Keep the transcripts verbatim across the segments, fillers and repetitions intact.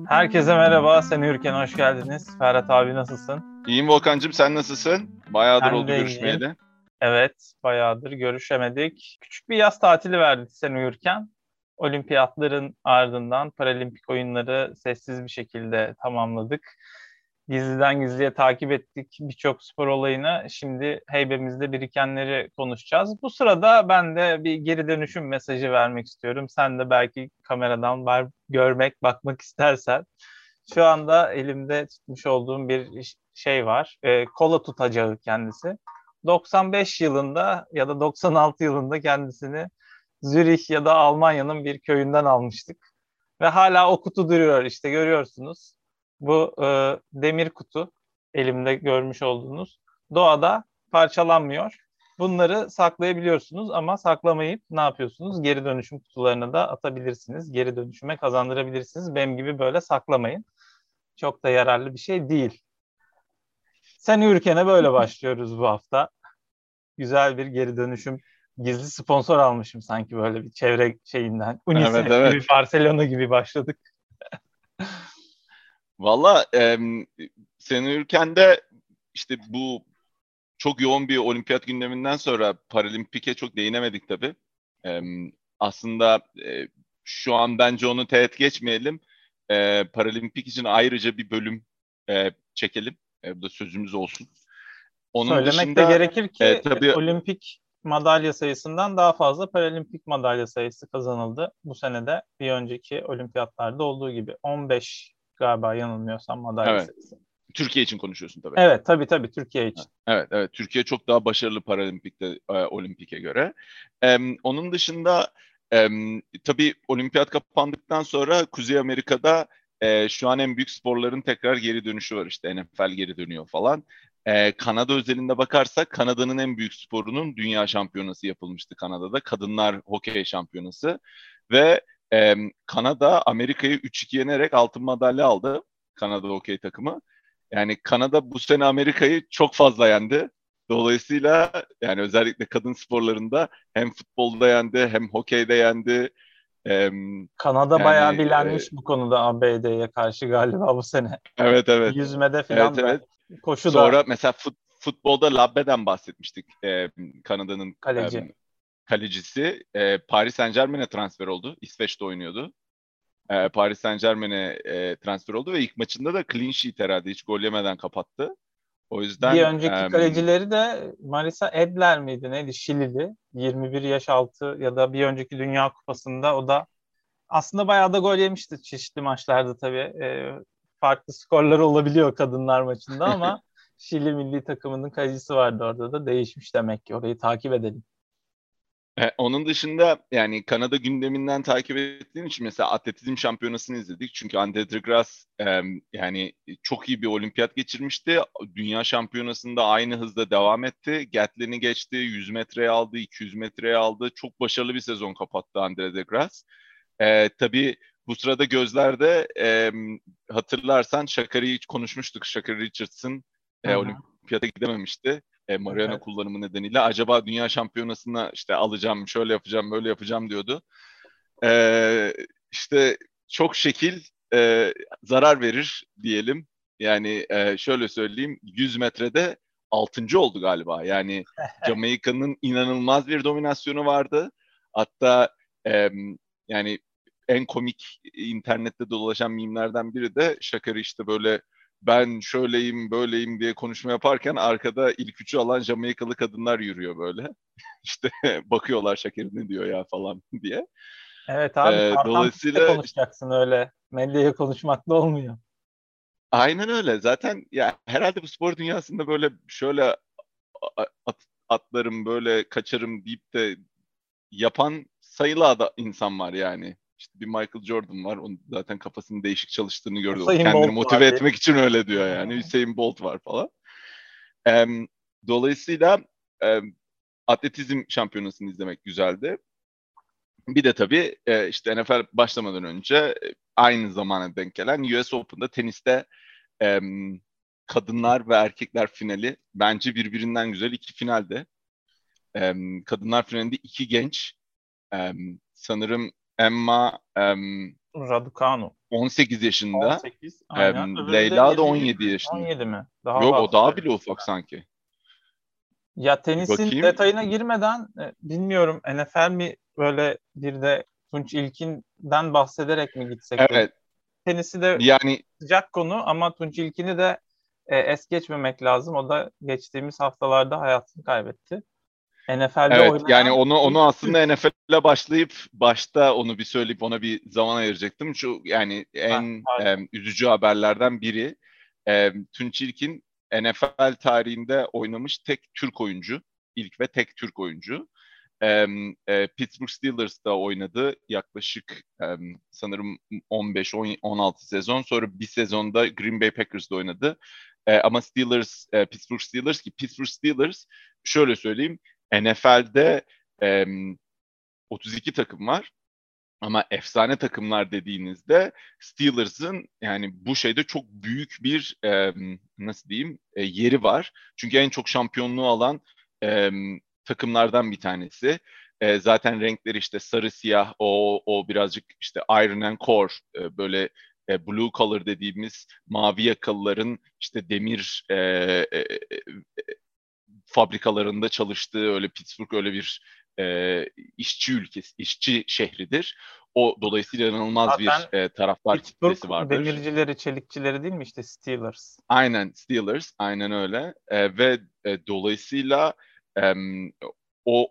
Herkese merhaba, Sen Ürken hoş geldiniz. Ferhat abi nasılsın? İyiyim Volkan'cığım, sen nasılsın? Bayağıdır Ben oldu de iyiyim. görüşmeyeli. Evet, bayağıdır görüşemedik. Küçük bir yaz tatili verdik Sen Uyurken. Olimpiyatların ardından Paralimpik oyunları sessiz bir şekilde tamamladık. Gizliden gizliye takip ettik birçok spor olayını. Şimdi heybemizde birikenleri konuşacağız. Bu sırada ben de bir geri dönüşüm mesajı vermek istiyorum. Sen de belki kameradan var, görmek, bakmak istersen. Şu anda elimde tutmuş olduğum bir şey var. E, kola tutacağı kendisi. doksan beş yılında ya da doksan altı yılında kendisini Zürih ya da Almanya'nın bir köyünden almıştık. Ve hala o kutu duruyor işte görüyorsunuz. Bu e, demir kutu elimde görmüş olduğunuz doğada parçalanmıyor. Bunları saklayabiliyorsunuz ama saklamayıp ne yapıyorsunuz? Geri dönüşüm kutularına da atabilirsiniz. Geri dönüşüme kazandırabilirsiniz. Benim gibi böyle saklamayın. Çok da yararlı bir şey değil. Sen Ürken'e böyle başlıyoruz bu hafta. Güzel bir geri dönüşüm. Gizli sponsor almışım sanki böyle bir çevre şeyinden. Evet, UNICEF gibi, evet. Barcelona gibi başladık. Valla em, senin ülkende işte bu çok yoğun bir olimpiyat gündeminden sonra Paralimpik'e çok değinemedik tabii. Em, aslında e, şu an bence onu teğet geçmeyelim. E, Paralimpik için ayrıca bir bölüm e, çekelim. E, bu da sözümüz olsun. Onun Söylemek de dışında gerekir ki e, e, tabii olimpik madalya sayısından daha fazla paralimpik madalya sayısı kazanıldı. Bu sene de bir önceki olimpiyatlarda olduğu gibi on beş galiba yanılmıyorsam madalya evet, sayısı. Türkiye için konuşuyorsun tabii. Evet tabii tabii Türkiye için. Evet, evet. Türkiye çok daha başarılı Paralimpik'te, e, Olimpik'e göre. Em, onun dışında em, tabii olimpiyat kapandıktan sonra Kuzey Amerika'da e, şu an en büyük sporların tekrar geri dönüşü var. İşte N F L geri dönüyor falan. E, Kanada özelinde bakarsak Kanada'nın en büyük sporunun dünya şampiyonası yapılmıştı Kanada'da. Kadınlar hokey şampiyonası. Ve em, Kanada Amerika'yı üç iki yenerek altın madalya aldı. Kanada hokey takımı. Yani Kanada bu sene Amerika'yı çok fazla yendi. Dolayısıyla yani özellikle kadın sporlarında hem futbolda yendi hem hokeyde yendi. Hem, Kanada yani bayağı e, bilenmiş bu konuda A B D'ye karşı galiba bu sene. evet, evet. Yüzmede Evet, filan da evet. koşuda Sonra mesela fut, futbolda Labbe'den bahsetmiştik. E, Kanada'nın e, kaleci. kalecisi e, Paris Saint-Germain'e transfer oldu. İsveç'te oynuyordu. E, Paris Saint-Germain'e e, transfer oldu ve ilk maçında da clean sheet herhalde hiç gol yemeden kapattı. O Bir yüzden önceki em, kalecileri de Marisa Edler miydi neydi? Şilili. yirmi bir yaş altı ya da bir önceki Dünya Kupası'nda o da aslında bayağı da gol yemişti çeşitli maçlarda tabii. Ee, farklı skorlar olabiliyor kadınlar maçında ama Şili milli takımının kalecisi vardı orada da değişmiş demek ki. Orayı takip edelim. E, onun dışında yani Kanada gündeminden takip ettiğim için mesela atletizm şampiyonasını izledik. Çünkü Andre de Grasse e, yani çok iyi bir olimpiyat geçirmişti. Dünya şampiyonasında aynı hızda devam etti. Gatlin'i geçti, yüz metreye aldı, iki yüz metreye aldı. Çok başarılı bir sezon kapattı Andre de Grasse. E, tabii bu sırada gözlerde e, hatırlarsan Sha'Carri'yi hiç konuşmuştuk. Sha'Carri Richardson Hı e, hı. olimpiyata gidememişti e, Mariano Evet. kullanımı nedeniyle. Acaba dünya şampiyonasına işte alacağım, şöyle yapacağım, böyle yapacağım diyordu. E, işte çok şekil e, zarar verir diyelim. Yani e, şöyle söyleyeyim, yüz metrede altıncı oldu galiba. Yani Jamaika'nın inanılmaz bir dominasyonu vardı. Hatta e, yani en komik internette dolaşan mimlerden biri de Sha'Carri işte böyle ben şöyleyim böyleyim diye konuşma yaparken arkada ilk üçü alan Jamaikalı kadınlar yürüyor böyle. İşte bakıyorlar Shakir ne diyor ya falan diye. Evet abi Ee, tartan pistte dolayısıyla konuşacaksın öyle. Medyaya konuşmakla olmuyor. aynen öyle. Zaten ya herhalde bu spor dünyasında böyle şöyle at, atlarım böyle kaçarım deyip de yapan sayılı ada, insan var yani. İşte bir Michael Jordan var. Onun zaten kafasının değişik çalıştığını gördü. O Usain kendini Bolt motive vardı. etmek için öyle diyor yani. Hüseyin Bolt var falan. Em, dolayısıyla em, atletizm şampiyonasını izlemek güzeldi. Bir de tabii e, işte N F L başlamadan önce e, aynı zamana denk gelen U S Open'da teniste em, kadınlar ve erkekler finali bence birbirinden güzel iki finalde. Em, kadınlar finalinde iki genç em, sanırım Emma em, Raducanu. on sekiz yaşında. on sekiz E, aynen. Öbürü de Leyla da on yirmi yedi mi? yaşında. on yedi mi? Daha Yok, o fazla. daha bile ufak sanki. Ya Bir tenisin bakayım. detayına girmeden e, bilmiyorum N F L mi böyle bir de Tunç İlkin'den bahsederek mi gitsek dedim. Evet. Tenisi de Yani sıcak konu ama Tunç İlkin'i de e, es geçmemek lazım. O da geçtiğimiz haftalarda hayatını kaybetti. N F L'de evet, yani oynayan onu ilk onu aslında Türk. N F L'e başlayıp başta onu bir söyleyip ona bir zaman ayıracaktım. Şu yani Ha, en pardon. em, üzücü haberlerden biri. Em, Tunç İlkin N F L tarihinde oynamış tek Türk oyuncu. İlk ve tek Türk oyuncu. Em, e, Pittsburgh Steelers'da oynadı yaklaşık em, sanırım on beş on altı sezon. Sonra bir sezonda Green Bay Packers'da oynadı. E, ama Steelers, e, Pittsburgh Steelers ki Pittsburgh Steelers şöyle söyleyeyim, N F L'de em, otuz iki takım var. Ama efsane takımlar dediğinizde Steelers'ın yani bu şeyde çok büyük bir e, nasıl diyeyim e, yeri var. Çünkü en çok şampiyonluğu alan e, takımlardan bir tanesi. E, zaten renkleri işte sarı siyah, o o birazcık işte iron and core, e, böyle e, blue collar dediğimiz mavi yakalıların işte demir e, e, fabrikalarında çalıştığı, öyle Pittsburgh öyle bir e, işçi ülkesi, işçi şehridir. O dolayısıyla inanılmaz bir Zaten e, taraftar Pittsburgh kitlesi vardır. demircileri, çelikçileri değil mi işte Steelers? Aynen Steelers, aynen öyle. E, ve e, dolayısıyla e, o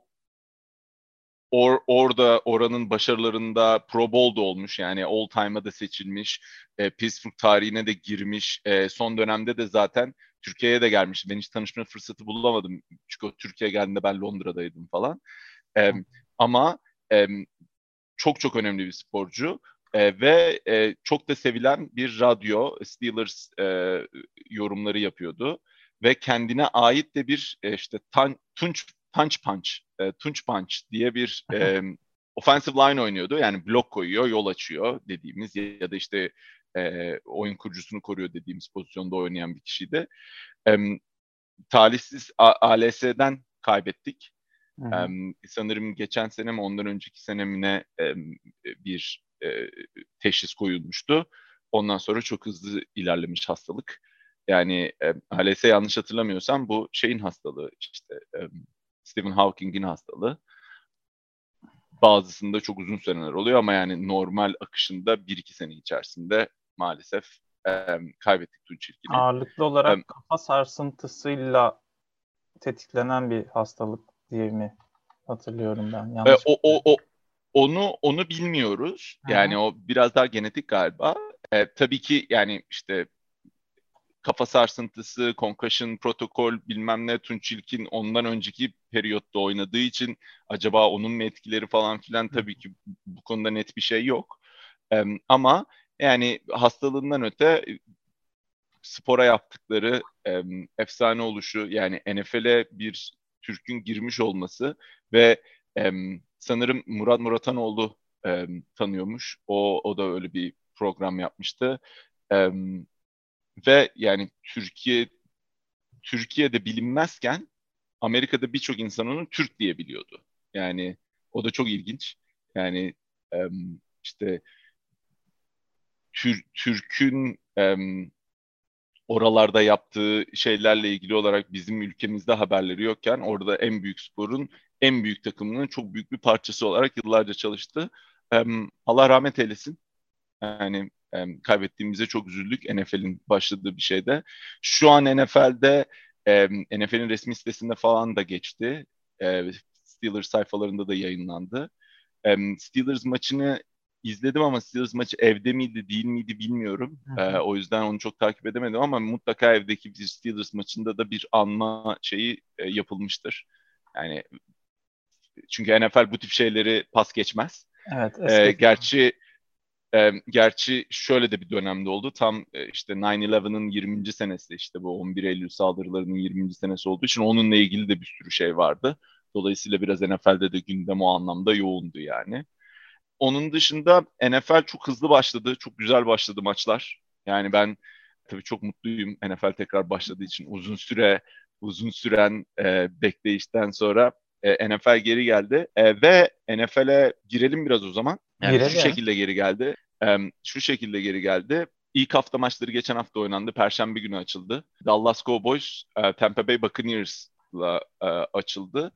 or, orada oranın başarılarında Pro Bowl'da olmuş, yani All Time'a da seçilmiş, e, Pittsburgh tarihine de girmiş. E, son dönemde de zaten Türkiye'ye de gelmiş. Ben hiç tanışma fırsatı bulamadım. Çünkü o Türkiye geldiğinde ben Londra'daydım falan. E, ama e, çok çok önemli bir sporcu. E, ve e, çok da sevilen bir radyo Steelers e, yorumları yapıyordu ve kendine ait de bir e, işte tan, Tunç Punch Punch e, Tunç Punch diye bir e, offensive line oynuyordu. Yani blok koyuyor, yol açıyor dediğimiz ya da işte e, oyun kurucusunu koruyor dediğimiz pozisyonda oynayan bir kişiydi. E, talihsiz A- ALS'den kaybettik. Hı E, hı. sanırım geçen sene mi ondan önceki sene mi ne e, bir e, teşhis koyulmuştu. Ondan sonra çok hızlı ilerlemiş hastalık. Yani e, A L S yanlış hatırlamıyorsam bu şeyin hastalığı, işte e, Stephen Hawking'in hastalığı. Bazısında çok uzun seneler oluyor ama yani normal akışında bir iki sene içerisinde maalesef e, kaybettik Tunç İlkin'i. Ağırlıklı E, olarak kafa sarsıntısıyla tetiklenen bir hastalık diye mi hatırlıyorum ben? E, Yanlış o, o, hatırlıyorum. o onu onu bilmiyoruz. Hı hı. Yani o biraz daha genetik galiba. E, tabii ki yani işte kafa sarsıntısı, concussion protokol bilmem ne, Tunç İlkin ondan önceki periyotta oynadığı için acaba onun mu etkileri falan filan, Hı. tabii ki bu konuda net bir şey yok. E, ama yani hastalığından öte spora yaptıkları e, efsane oluşu, yani N F L'e bir Türk'ün girmiş olması ve e, sanırım Murat Muratanoğlu e, tanıyormuş. O, o da öyle bir program yapmıştı. E, ve yani Türkiye Türkiye'de bilinmezken Amerika'da birçok insan onu Türk diye biliyordu. Yani o da çok ilginç. Yani e, işte Tür, Türk'ün e, oralarda yaptığı şeylerle ilgili olarak bizim ülkemizde haberleri yokken orada en büyük sporun en büyük takımının çok büyük bir parçası olarak yıllarca çalıştı. Em, Allah rahmet eylesin. Yani em, kaybettiğimize çok üzüldük, N F L'in başladığı bir şeyde. Şu an N F L'de em, N F L'in resmi sitesinde falan da geçti. E, Steelers sayfalarında da yayınlandı. Em, Steelers maçını izledim ama Steelers maçı evde miydi değil miydi bilmiyorum. Hı E, hı. o yüzden onu çok takip edemedim ama mutlaka evdeki bir Steelers maçında da bir anma şeyi e, yapılmıştır. Yani çünkü N F L bu tip şeyleri pas geçmez. Evet, es E, geçemem. gerçi e, gerçi şöyle de bir dönemde oldu. Tam e, işte nine eleven'ın yirminci senesi, işte bu on bir Eylül saldırılarının yirminci senesi olduğu için onunla ilgili de bir sürü şey vardı. Dolayısıyla biraz N F L'de de gündem o anlamda yoğundu yani. Onun dışında N F L çok hızlı başladı. Çok güzel başladı maçlar. Yani ben tabii çok mutluyum N F L tekrar başladığı için. Uzun süre uzun süren e, bekleyişten sonra e, N F L geri geldi. E, ve N F L'e girelim biraz o zaman. Yani şu Girelim. şekilde geri geldi. Em, şu şekilde geri geldi. İlk hafta maçları geçen hafta oynandı. Perşembe günü açıldı. Dallas Cowboys, e, Tampa Bay Buccaneers'la e, açıldı.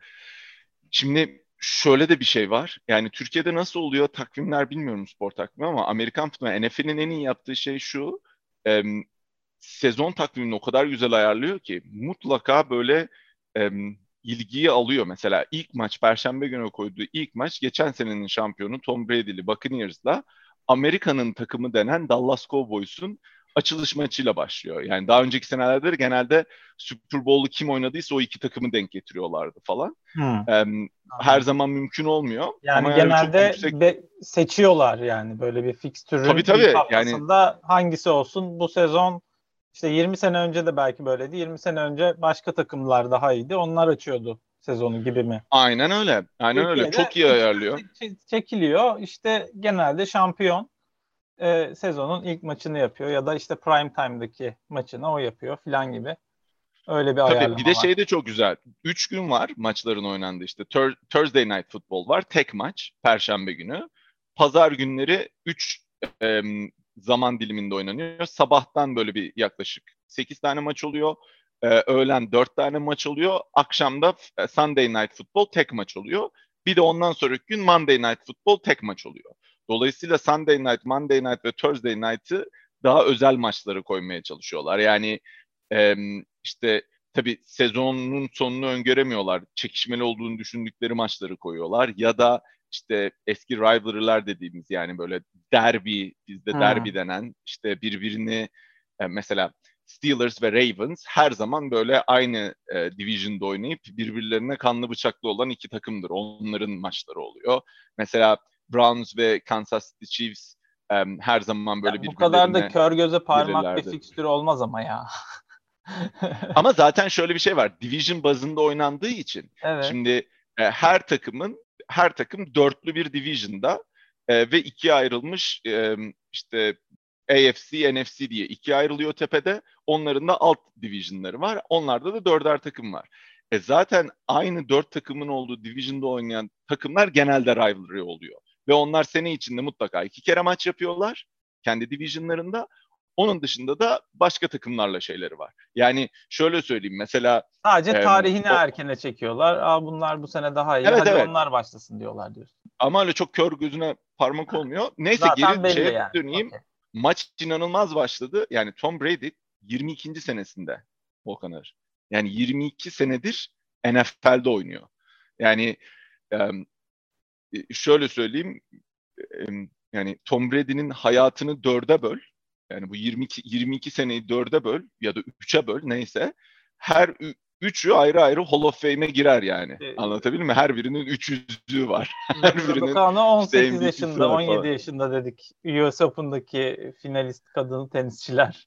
Şimdi şöyle de bir şey var. Yani Türkiye'de nasıl oluyor takvimler bilmiyorum, spor takvimi, ama Amerikan futbolu, N F L'in en iyi yaptığı şey şu. em, Sezon takvimini o kadar güzel ayarlıyor ki mutlaka böyle em, ilgiyi alıyor. Mesela ilk maç, Perşembe günü koyduğu ilk maç, geçen senenin şampiyonu Tom Brady'li Buccaneers'la Amerika'nın takımı denen Dallas Cowboys'un açılış maçıyla başlıyor. Yani daha önceki senelerde de genelde Super Bowl'u kim oynadıysa o iki takımı denk getiriyorlardı falan. Hmm, Em, her anladım. zaman mümkün olmuyor. Yani Ama yani çok genelde yüksek. be- seçiyorlar yani böyle bir Tabii fikstürün ilk tabii, yani haftasında hangisi olsun bu sezon. İşte yirmi sene önce de belki böyleydi. yirmi sene önce başka takımlar daha iyiydi. Onlar açıyordu sezonu gibi mi? aynen öyle. Aynen öyle. Çok Türkiye'de iyi fikstür ayarlıyor. çek- çek- çekiliyor. İşte genelde şampiyon e, sezonun ilk maçını yapıyor ya da işte prime time'daki maçını o yapıyor filan gibi. Öyle bir Tabii bir de ayarlama var. şey de çok güzel. Üç gün var maçların oynandığı işte. Thur- Thursday Night Football var. Tek maç. Perşembe günü. Pazar günleri üç zaman diliminde oynanıyor. Sabahtan böyle bir yaklaşık sekiz tane maç oluyor. Ee, öğlen dört tane maç oluyor. Akşamda e, Sunday Night Football tek maç oluyor. Bir de ondan sonraki gün Monday Night Football tek maç oluyor. Dolayısıyla Sunday Night, Monday Night ve Thursday Night'ı daha özel maçları koymaya çalışıyorlar. Yani em, işte tabii sezonun sonunu öngöremiyorlar. Çekişmeli olduğunu düşündükleri maçları koyuyorlar. Ya da işte eski rivalry'ler dediğimiz, yani böyle derbi, bizde derbi Hmm. denen, işte birbirini e, mesela Steelers ve Ravens her zaman böyle aynı e, division'da oynayıp birbirlerine kanlı bıçaklı olan iki takımdır. Onların maçları oluyor. Mesela Browns ve Kansas City Chiefs e, her zaman Ya böyle bu kadar da birbirlerine kör göze parmak bir gelirlerdi. fikstür olmaz ama ya. Ama zaten şöyle bir şey var. Division bazında oynandığı için Evet. şimdi e, her takımın her takım dörtlü bir division'da e, ve ikiye ayrılmış, e, işte A F C, N F C diye ikiye ayrılıyor tepede. Onların da alt division'ları var. Onlarda da dörder takım var. E zaten aynı dört takımın olduğu division'da oynayan takımlar genelde rivalry oluyor. Ve onlar sene içinde mutlaka iki kere maç yapıyorlar kendi division'larında. Onun dışında da başka takımlarla şeyleri var. Yani şöyle söyleyeyim mesela, Sadece em, tarihini o, erkene çekiyorlar. Aa, bunlar bu sene daha iyi. evet Hadi evet, onlar başlasın diyorlar diyorsun. ama öyle çok kör gözüne parmak olmuyor. Neyse, Zaten geri belli şeye yani. döneyim. Okey. Maç inanılmaz başladı. Yani Tom Brady yirmi ikinci senesinde, Volkaner. Yani yirmi iki senedir N F L'de oynuyor. Yani em, şöyle söyleyeyim, em, yani Tom Brady'nin hayatını dörde böl. Yani bu yirmi iki, yirmi iki seneyi dörde böl ya da üçe böl, neyse. Her ü- üçü ayrı ayrı Hall of Fame'e girer yani. Ee, Anlatabildim mi? Her birinin üç yüzüğü var. Her Ra- birinin Raducanu işte on sekiz M V P'si yaşında, var on yedi falan. yaşında dedik. U S Open'daki finalist kadın tenisçiler.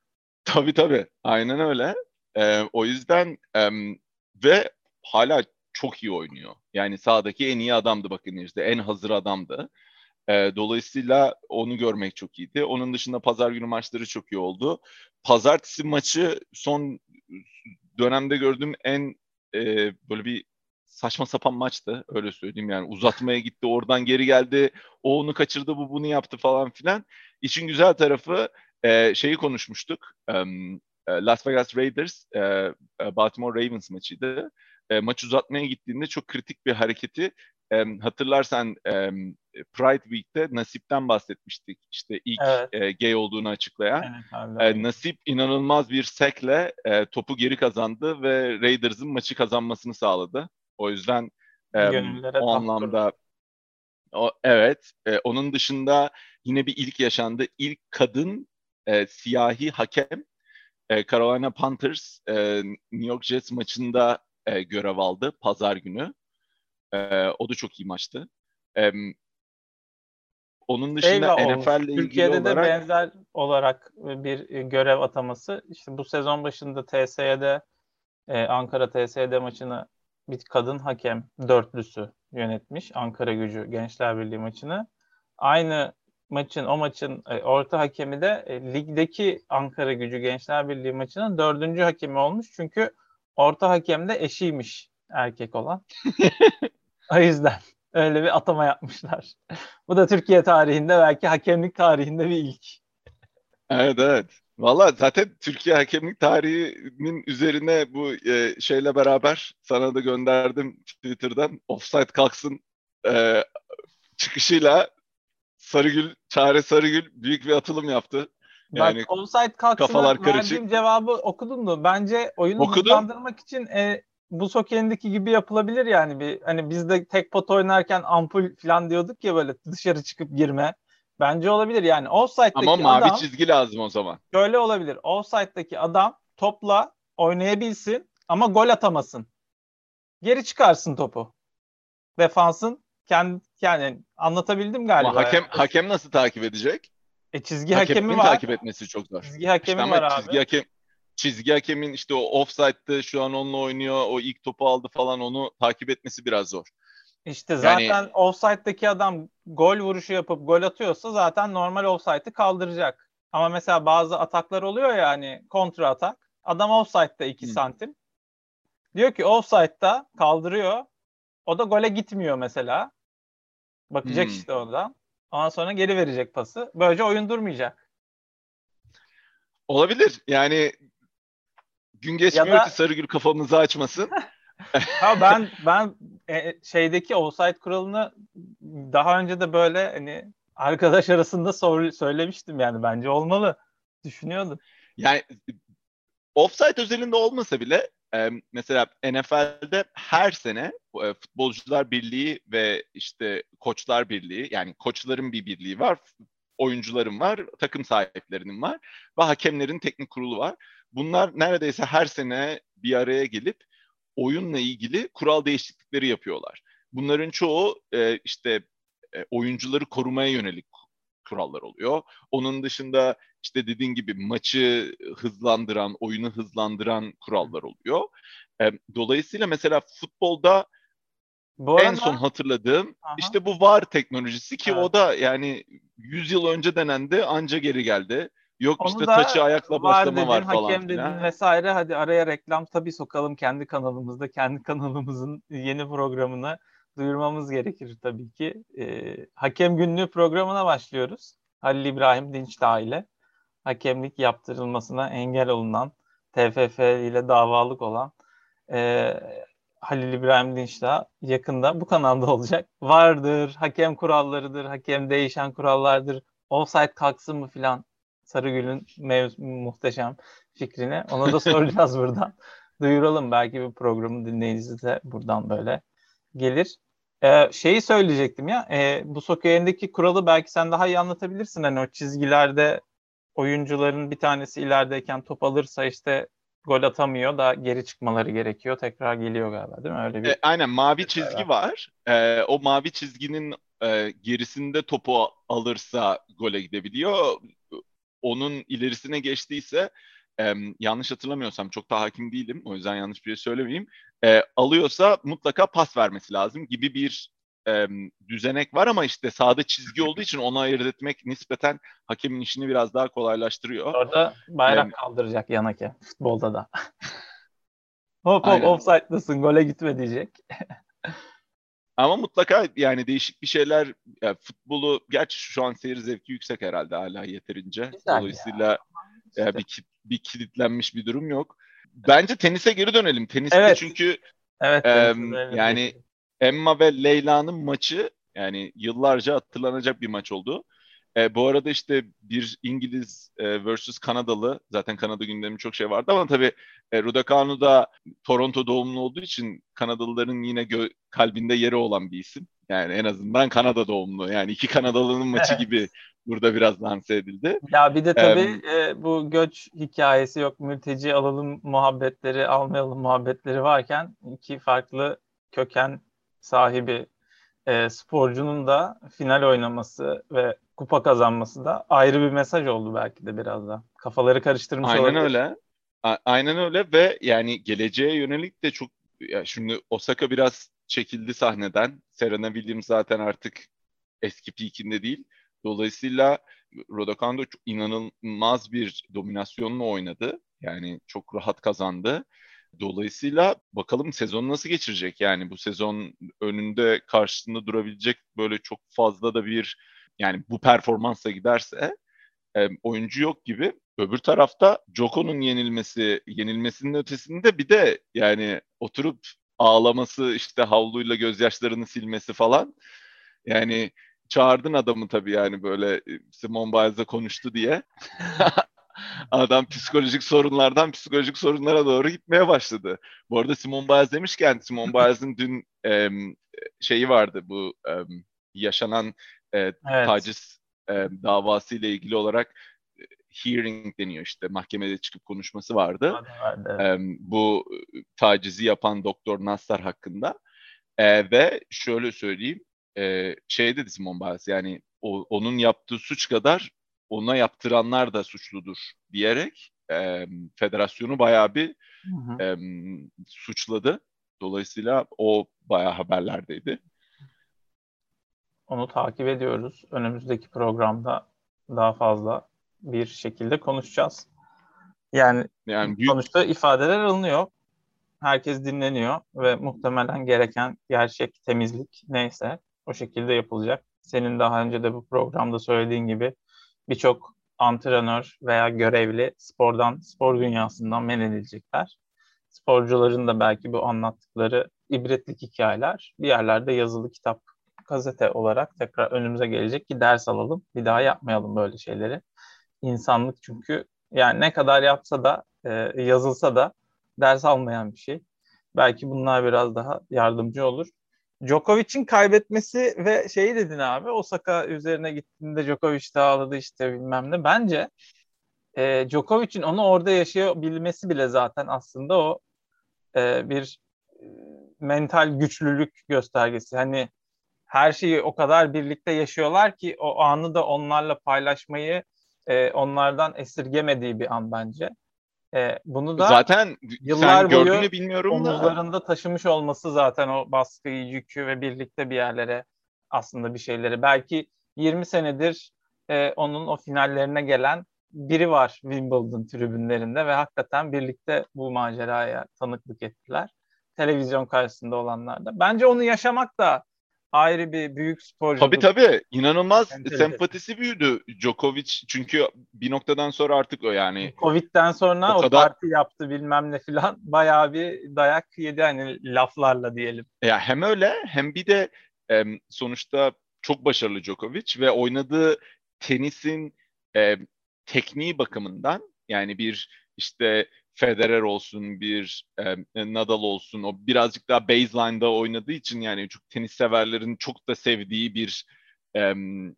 Tabii tabii. Aynen öyle. Ee, o yüzden em, ve hala çok iyi oynuyor. Yani sahadaki en iyi adamdı bakın işte. En hazır adamdı. Ee, dolayısıyla onu görmek çok iyiydi. Onun dışında pazar günü maçları çok iyi oldu. Pazartesi maçı son dönemde gördüğüm en e, böyle bir saçma sapan maçtı. Öyle söyleyeyim yani. Uzatmaya gitti, oradan geri geldi. O onu kaçırdı, bu bunu yaptı falan filan. İşin güzel tarafı, e, şeyi konuşmuştuk. Em, e, Las Vegas Raiders, e, e, Baltimore Ravens maçıydı. E, maç uzatmaya gittiğinde çok kritik bir hareketi, e, hatırlarsan, e, Pride Week'te Nasip'ten bahsetmiştik. İşte ilk Evet. e, gay olduğunu açıklayan. Evet abi E, öyle. Nasip inanılmaz bir sekle e, topu geri kazandı ve Raiders'ın maçı kazanmasını sağladı. O yüzden e, Gönüllere o taht kurdu. anlamda o, evet. E, onun dışında yine bir ilk yaşandı. İlk kadın e, siyahi hakem, e, Carolina Panthers e, New York Jets maçında e, görev aldı pazar günü. E, o da çok iyi maçtı. E, onun Şey dışında ve olmuş. N F L ile ilgili Türkiye'de de olarak benzer olarak bir e, görev ataması. İşte bu sezon başında T S E'de e, Ankara T S E maçını bir kadın hakem dörtlüsü yönetmiş. Ankara Gücü Gençler Birliği maçını. Aynı maçın o maçın e, orta hakemi de e, ligdeki Ankara Gücü Gençler Birliği maçının dördüncü hakemi olmuş. Çünkü orta hakem de eşiymiş erkek olan. O yüzden öyle bir atama yapmışlar. Bu da Türkiye tarihinde, belki hakemlik tarihinde bir ilk. Evet, evet. Valla zaten Türkiye hakemlik tarihinin üzerine bu e, şeyle beraber sana da gönderdim Twitter'dan. Offside kalksın e, çıkışıyla Sarıgül, Çare Sarıgül büyük bir atılım yaptı. Yani Bak, offside kalksına kafalar karışık. verdiğim cevabı okudun mu? Bence oyunu Okudum hızlandırmak için e, buz hokeyindeki gibi yapılabilir yani. Bir, hani biz de tek pot oynarken ampul falan diyorduk ya, böyle dışarı çıkıp girme. Bence olabilir yani. ama Offside'daki mavi adam çizgi lazım o zaman. şöyle olabilir. Offside'daki adam topla oynayabilsin ama gol atamasın. Geri çıkarsın topu. Defansın kendi, yani anlatabildim Ama galiba hakem yani. hakem nasıl takip edecek? E, çizgi hakemi Hakemin var. takip etmesi çok zor. Çizgi İşte hakemi var ama abi. çizgi hakem çizgi hakemin işte o offside'de şu an onunla oynuyor, o ilk topu aldı falan, onu takip etmesi biraz zor. İşte Yani zaten offside'daki adam gol vuruşu yapıp gol atıyorsa zaten normal offside'ı kaldıracak. Ama mesela bazı ataklar oluyor ya, hani kontra atak. Adam offside'da iki hı, santim. Diyor ki offside'da kaldırıyor. O da gole gitmiyor mesela. Bakacak hı. işte oradan. Ondan sonra geri verecek pası. Böylece oyun durmayacak. Olabilir. Yani gün Ya geçmiyor ki da Sarıgül kafamızı açmasın. ha ben ben e, şeydeki offside kuralını daha önce de böyle hani arkadaş arasında sor, söylemiştim, yani bence olmalı. Düşünüyordum. Yani offside özelinde olmasa bile e, mesela N F L'de her sene e, Futbolcular Birliği ve işte Koçlar Birliği, yani koçların bir birliği var, oyuncuların var, takım sahiplerinin var ve hakemlerin teknik kurulu var. Bunlar neredeyse her sene bir araya gelip oyunla ilgili kural değişiklikleri yapıyorlar. Bunların çoğu e, işte e, oyuncuları korumaya yönelik kurallar oluyor. Onun dışında işte dediğin gibi maçı hızlandıran, oyunu hızlandıran kurallar oluyor. E, dolayısıyla mesela futbolda Bu en son arada hatırladığım aha, işte bu VAR teknolojisi, ki evet. o da yani yüz yıl önce denendi, anca geri geldi. Yok Onu işte da taçı ayakla var başlama dedin, var falan hakem filan. dedin vesaire. Hadi araya reklam tabii sokalım kendi kanalımızda. Kendi kanalımızın yeni programını duyurmamız gerekir tabii ki. Ee, Hakem Günlüğü programına başlıyoruz. Halil İbrahim Dinçdağ ile hakemlik yaptırılmasına engel olunan, T F F ile davalık olan e, Halil İbrahim Dinçdağ yakında bu kanalda olacak. Vardır, hakem kurallarıdır, hakem değişen kurallardır, offside kalksın mı filan. Sarıgül'ün mev- muhteşem fikrini. Ona da soracağız buradan. Duyuralım, belki bir programın dinleyicisi de buradan böyle gelir. Ee, şeyi söyleyecektim ya, e, bu Sokey'indeki kuralı belki sen daha iyi anlatabilirsin. Hani o çizgilerde oyuncuların bir tanesi ilerideyken top alırsa işte gol atamıyor da geri çıkmaları gerekiyor. Tekrar geliyor galiba, değil mi? Öyle E, bir aynen, mavi detay çizgi var. var. E, o mavi çizginin e, gerisinde topu alırsa gole gidebiliyor. Onun ilerisine geçtiyse, e, yanlış hatırlamıyorsam, çok da hakim değilim, o yüzden yanlış bir şey söylemeyeyim. E, alıyorsa mutlaka pas vermesi lazım gibi bir e, düzenek var, ama işte sağda çizgi olduğu için onu ayırt etmek nispeten hakemin işini biraz daha kolaylaştırıyor. Orada E, bayrak kaldıracak yan hakem futbolda da. Hop hop, aynen. offside'dasın, gole gitme diyecek. Ama mutlaka yani değişik bir şeyler, ya futbolu gerçi şu an seyir zevki yüksek herhalde hala yeterince. Güzel ya. Dolayısıyla ya İşte. bir ki- bir kilitlenmiş bir durum yok. Bence tenise geri dönelim. Teniste Evet. çünkü Evet, e, tenise dönelim yani geçelim. Emma ve Leyla'nın maçı yani yıllarca hatırlanacak bir maç oldu. E, bu arada işte bir İngiliz e, versus Kanadalı, zaten Kanada gündemi çok şey vardı, ama tabii e, Raducanu da Toronto doğumlu olduğu için Kanadalıların yine gö- kalbinde yeri olan bir isim. Yani en azından Kanada doğumlu. Yani iki Kanadalı'nın maçı gibi burada biraz lanse edildi. Ya bir de E, tabii e, bu göç hikayesi yok. Mülteci alalım muhabbetleri, almayalım muhabbetleri varken iki farklı köken sahibi e, sporcunun da final oynaması ve kupa kazanması da ayrı bir mesaj oldu belki de biraz da. Kafaları karıştırmış aynen olabilir. öyle. A- aynen öyle ve yani geleceğe yönelik de çok, ya şimdi Osaka biraz çekildi sahneden. Serena Williams zaten artık eski peakinde değil. Dolayısıyla Raducanu çok inanılmaz bir dominasyonla oynadı. Yani çok rahat kazandı. Dolayısıyla bakalım sezonu nasıl geçirecek? Yani bu sezon önünde karşısında durabilecek böyle çok fazla da bir, yani bu performansla giderse e, oyuncu yok gibi. Öbür tarafta Djoko'nun yenilmesi, yenilmesinin ötesinde bir de yani oturup ağlaması, işte havluyla gözyaşlarını silmesi falan. Yani çağırdın adamı tabii, yani böyle e, Simone Biles'le konuştu diye. Adam psikolojik sorunlardan psikolojik sorunlara doğru gitmeye başladı. Bu arada Simone Biles demişken, Simone Biles'in dün em, şeyi vardı, bu em, yaşanan e, Evet. taciz e, davası ile ilgili olarak e, hearing deniyor, işte mahkemede çıkıp konuşması vardı. Hadi, hadi, evet. Em, bu e, tacizi yapan Doktor Nassar hakkında. E, ve şöyle söyleyeyim, e, şey dedi Simone Biles, yani o, onun yaptığı suç kadar ona yaptıranlar da suçludur diyerek e, federasyonu bayağı bir Hı hı. e, suçladı. Dolayısıyla o bayağı haberlerdeydi. Onu takip ediyoruz. Önümüzdeki programda daha fazla bir şekilde konuşacağız. Yani Yani büyük, sonuçta ifadeler alınıyor. Herkes dinleniyor ve muhtemelen gereken gerçek temizlik neyse o şekilde yapılacak. Senin daha önce de bu programda söylediğin gibi birçok antrenör veya görevli spordan, spor dünyasından men edilecekler. Sporcuların da belki bu anlattıkları ibretlik hikayeler bir yerlerde yazılı kitap, gazete olarak tekrar önümüze gelecek ki ders alalım. Bir daha yapmayalım böyle şeyleri. İnsanlık çünkü yani ne kadar yapsa da e, yazılsa da ders almayan bir şey. Belki bunlar biraz daha yardımcı olur. Djokovic'in kaybetmesi ve şeyi dedin abi, Osaka üzerine gittiğinde Djokovic de ağladı işte bilmem ne. Bence e, Djokovic'in onu orada yaşayabilmesi bile zaten aslında o e, bir e, mental güçlülük göstergesi. Hani her şeyi o kadar birlikte yaşıyorlar ki o anı da onlarla paylaşmayı e, onlardan esirgemediği bir an bence. E, bunu da zaten sen yıllar boyu gördüğünü bilmiyorum da, omuzlarında taşımış olması zaten o baskıyı, yükü ve birlikte bir yerlere aslında bir şeyleri. Belki yirmi senedir e, onun o finallerine gelen biri var Wimbledon tribünlerinde ve hakikaten birlikte bu maceraya tanıklık ettiler. Televizyon karşısında olanlar da. Bence onu yaşamak da ayrı bir büyük tabii sporculuk tabii, inanılmaz mentalitesi. sempatisi büyüdü Djokovic, çünkü bir noktadan sonra artık o, yani Covid'den o sonra o kadar, parti yaptı bilmem ne filan bayağı bir dayak yedi hani laflarla diyelim. ya hem öyle hem bir de em, sonuçta çok başarılı Djokovic ve oynadığı tenisin em, tekniği bakımından, yani bir işte Federer olsun, bir em, Nadal olsun, o birazcık daha baseline'da oynadığı için, yani çok tenis severlerin çok da sevdiği bir em,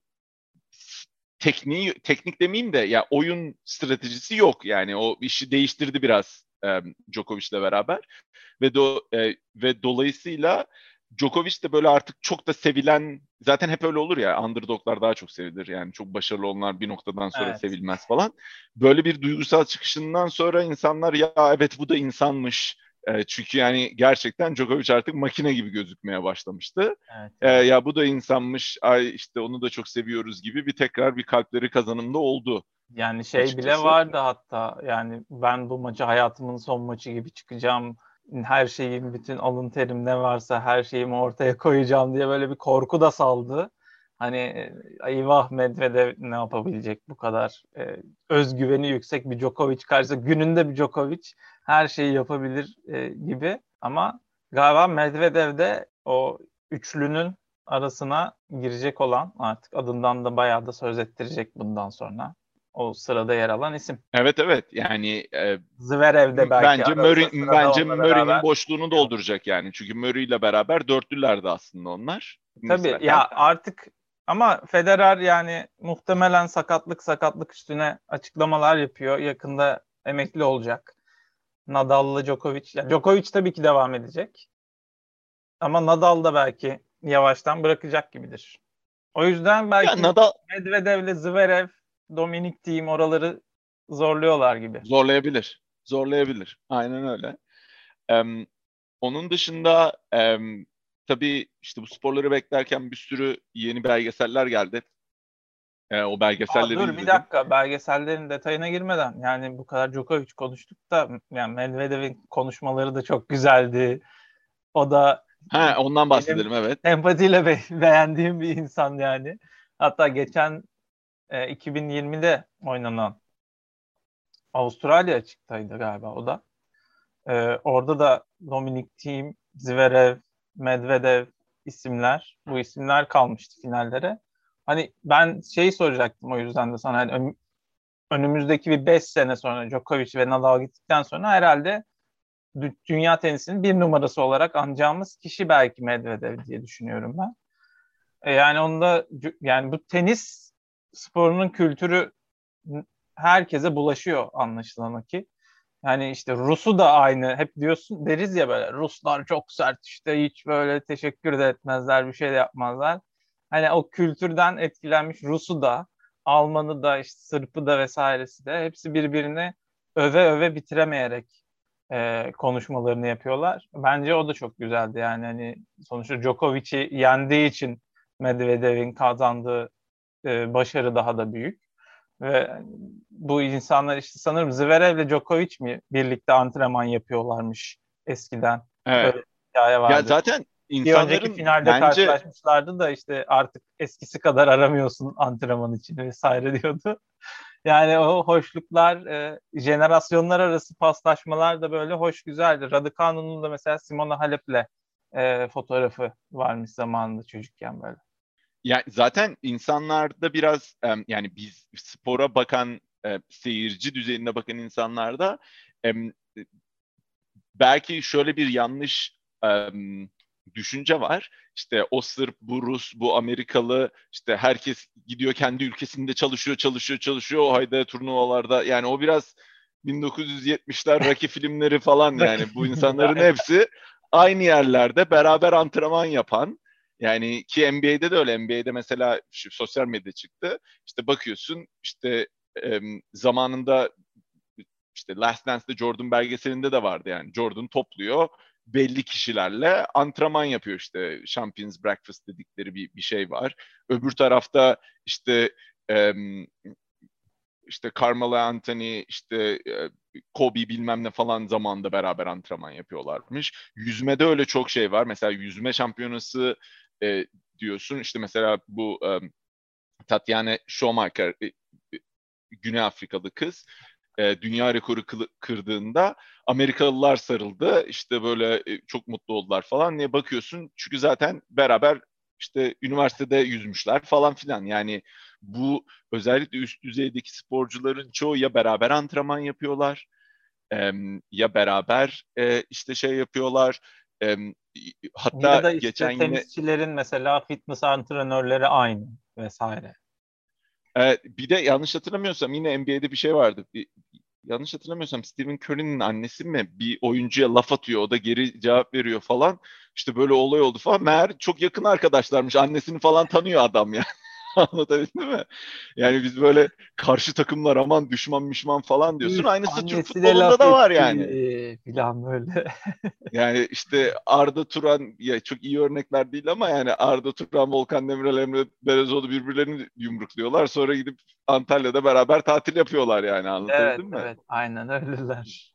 tekniği, teknik demeyeyim de ya oyun stratejisi yok, yani o işi değiştirdi biraz em, Djokovic'le beraber ve do, e, ve dolayısıyla Djokovic de böyle artık çok da sevilen, zaten hep öyle olur ya, underdoglar daha çok sevilir, yani çok başarılı olanlar bir noktadan sonra Evet. sevilmez falan. Böyle bir duygusal çıkışından sonra insanlar, ya evet bu da insanmış. E, çünkü yani gerçekten Djokovic artık makine gibi gözükmeye başlamıştı. Evet E, ya. ya bu da insanmış, ay işte onu da çok seviyoruz gibi bir tekrar bir kalpleri kazanımda oldu Yani şey bile açıkçası. vardı hatta yani ben bu maçı hayatımın son maçı gibi çıkacağım. Her şeyim, bütün alın terim ne varsa her şeyimi ortaya koyacağım diye böyle bir korku da saldı. Hani e, eyvah Medvedev ne yapabilecek bu kadar e, özgüveni yüksek bir Djokovic karşısında gününde bir Djokovic her şeyi yapabilir e, gibi. Ama galiba Medvedev de o üçlünün arasına girecek olan artık adından da bayağı da söz ettirecek bundan sonra o sırada yer alan isim. Evet evet, yani e, Zverev de belki bence arada Murray, sırada bence onunla Murray'nin beraber boşluğunu yer alır. dolduracak yani. Çünkü Murray ile beraber dörtlülerdi aslında onlar Tabii nispeten. ya artık ama Federer yani muhtemelen sakatlık sakatlık üstüne açıklamalar yapıyor. Yakında emekli olacak. Nadal'lı Djokovic. Ya Djokovic tabii ki devam edecek. Ama Nadal da belki yavaştan bırakacak gibidir. O yüzden Ya belki Nadal Medvedev'le Zverev, Dominic Thiem oraları zorluyorlar gibi. zorlayabilir. Zorlayabilir. Aynen öyle. Em, Onun dışında em, tabii işte bu sporları beklerken bir sürü yeni belgeseller geldi. E, o Aa, belgeselleri dur bir izledim. dakika, belgesellerin detayına girmeden, yani bu kadar Djokovic konuştuk da yani Medvedev'in konuşmaları da çok güzeldi. O da Ha, ondan benim bahsedelim, evet. empatiyle be- beğendiğim bir insan yani. Hatta geçen e, iki bin yirmide oynanan Avustralya açıktaydı galiba o da. E, orada da Dominic Thiem, Zverev, Medvedev isimler, bu isimler kalmıştı finallere. Hani ben şeyi soracaktım o yüzden de sana. Hani ön- önümüzdeki bir beş sene sonra Djokovic ve Nadal gittikten sonra herhalde dü- dünya tenisinin bir numarası olarak anacağımız kişi belki Medvedev diye düşünüyorum ben. E, yani onda yani bu tenis sporunun kültürü herkese bulaşıyor anlaşılan o ki. Yani işte Rus'u da aynı. Hep diyorsun, deriz ya böyle, Ruslar çok sert, işte hiç böyle teşekkür de etmezler, bir şey de yapmazlar. Hani o kültürden etkilenmiş Rus'u da, Alman'ı da, işte Sırp'ı da vesairesi de hepsi birbirini öve öve bitiremeyerek e, konuşmalarını yapıyorlar. Bence o da çok güzeldi yani, hani sonuçta Djokovic'i yendiği için Medvedev'in kazandığı e, başarı daha da büyük. Ve bu insanlar işte sanırım Zverev'le Djokovic mi birlikte antrenman yapıyorlarmış eskiden. Evet. Öyle bir hikaye Ya vardı. zaten Bir önceki insanların finalde bence karşılaşmışlardı da işte artık eskisi kadar aramıyorsun antrenman için vesaire diyordu. Yani o hoşluklar, e, jenerasyonlar arası paslaşmalar da böyle hoş, güzeldi. Raducanu'nun da mesela Simona Halep'le e, fotoğrafı varmış zamanında çocukken böyle. ya zaten insanlarda biraz em, yani biz spora bakan e, seyirci düzeyinde bakan insanlarda em, belki şöyle bir yanlış em, düşünce var. İşte o Sırp, bu Rus, bu Amerikalı, işte herkes gidiyor kendi ülkesinde çalışıyor, çalışıyor, çalışıyor. O hayda turnuvalarda, yani o biraz bin dokuz yüz yetmişler Rocky filmleri falan, yani bu insanların hepsi aynı yerlerde beraber antrenman yapan. Yani ki N B A'de de öyle. N B A'de mesela şu sosyal medya çıktı. İşte bakıyorsun, işte em, zamanında işte Last Dance'de Jordan belgeselinde de vardı yani. Jordan topluyor, belli kişilerle antrenman yapıyor, işte Champions Breakfast dedikleri bir, bir şey var. Öbür tarafta işte em, işte Carmelo Anthony, işte e, Kobe bilmem ne falan zamanında beraber antrenman yapıyorlarmış. Yüzmede öyle çok şey var. Mesela yüzme şampiyonası e, diyorsun. İşte mesela bu e, Tatiana Schumacher, e, e, Güney Afrikalı kız, e, dünya rekoru kılı- kırdığında Amerikalılar sarıldı. İşte böyle e, çok mutlu oldular falan. Niye bakıyorsun? Çünkü zaten beraber işte üniversitede yüzmüşler falan filan. Yani bu özellikle üst düzeydeki sporcuların çoğu ya beraber antrenman yapıyorlar, e, ya beraber e, işte şey yapıyorlar. E, Ya hatta da geçen işte yine tenisçilerin mesela fitness antrenörleri aynı vesaire. e, bir de yanlış hatırlamıyorsam yine N B A'de bir şey vardı. Bir, yanlış hatırlamıyorsam Stephen Curry'nin annesi mi bir oyuncuya laf atıyor, o da geri cevap veriyor falan. İşte böyle olay oldu falan. Meğer çok yakın arkadaşlarmış. Annesini falan tanıyor adam ya. Anlatabildim mi? Yani biz böyle karşı takımlar aman düşman mişman falan diyorsun. Üf, Aynısı Türk annesine futbolunda laf da var etti yani. falan böyle. Yani işte Arda Turan, ya çok iyi örnekler değil ama yani Arda Turan, Volkan Demirel, Emre Belözoğlu birbirlerini yumrukluyorlar. Sonra gidip Antalya'da beraber tatil yapıyorlar, yani Evet, anlatabildim mi? evet, aynen öyleler.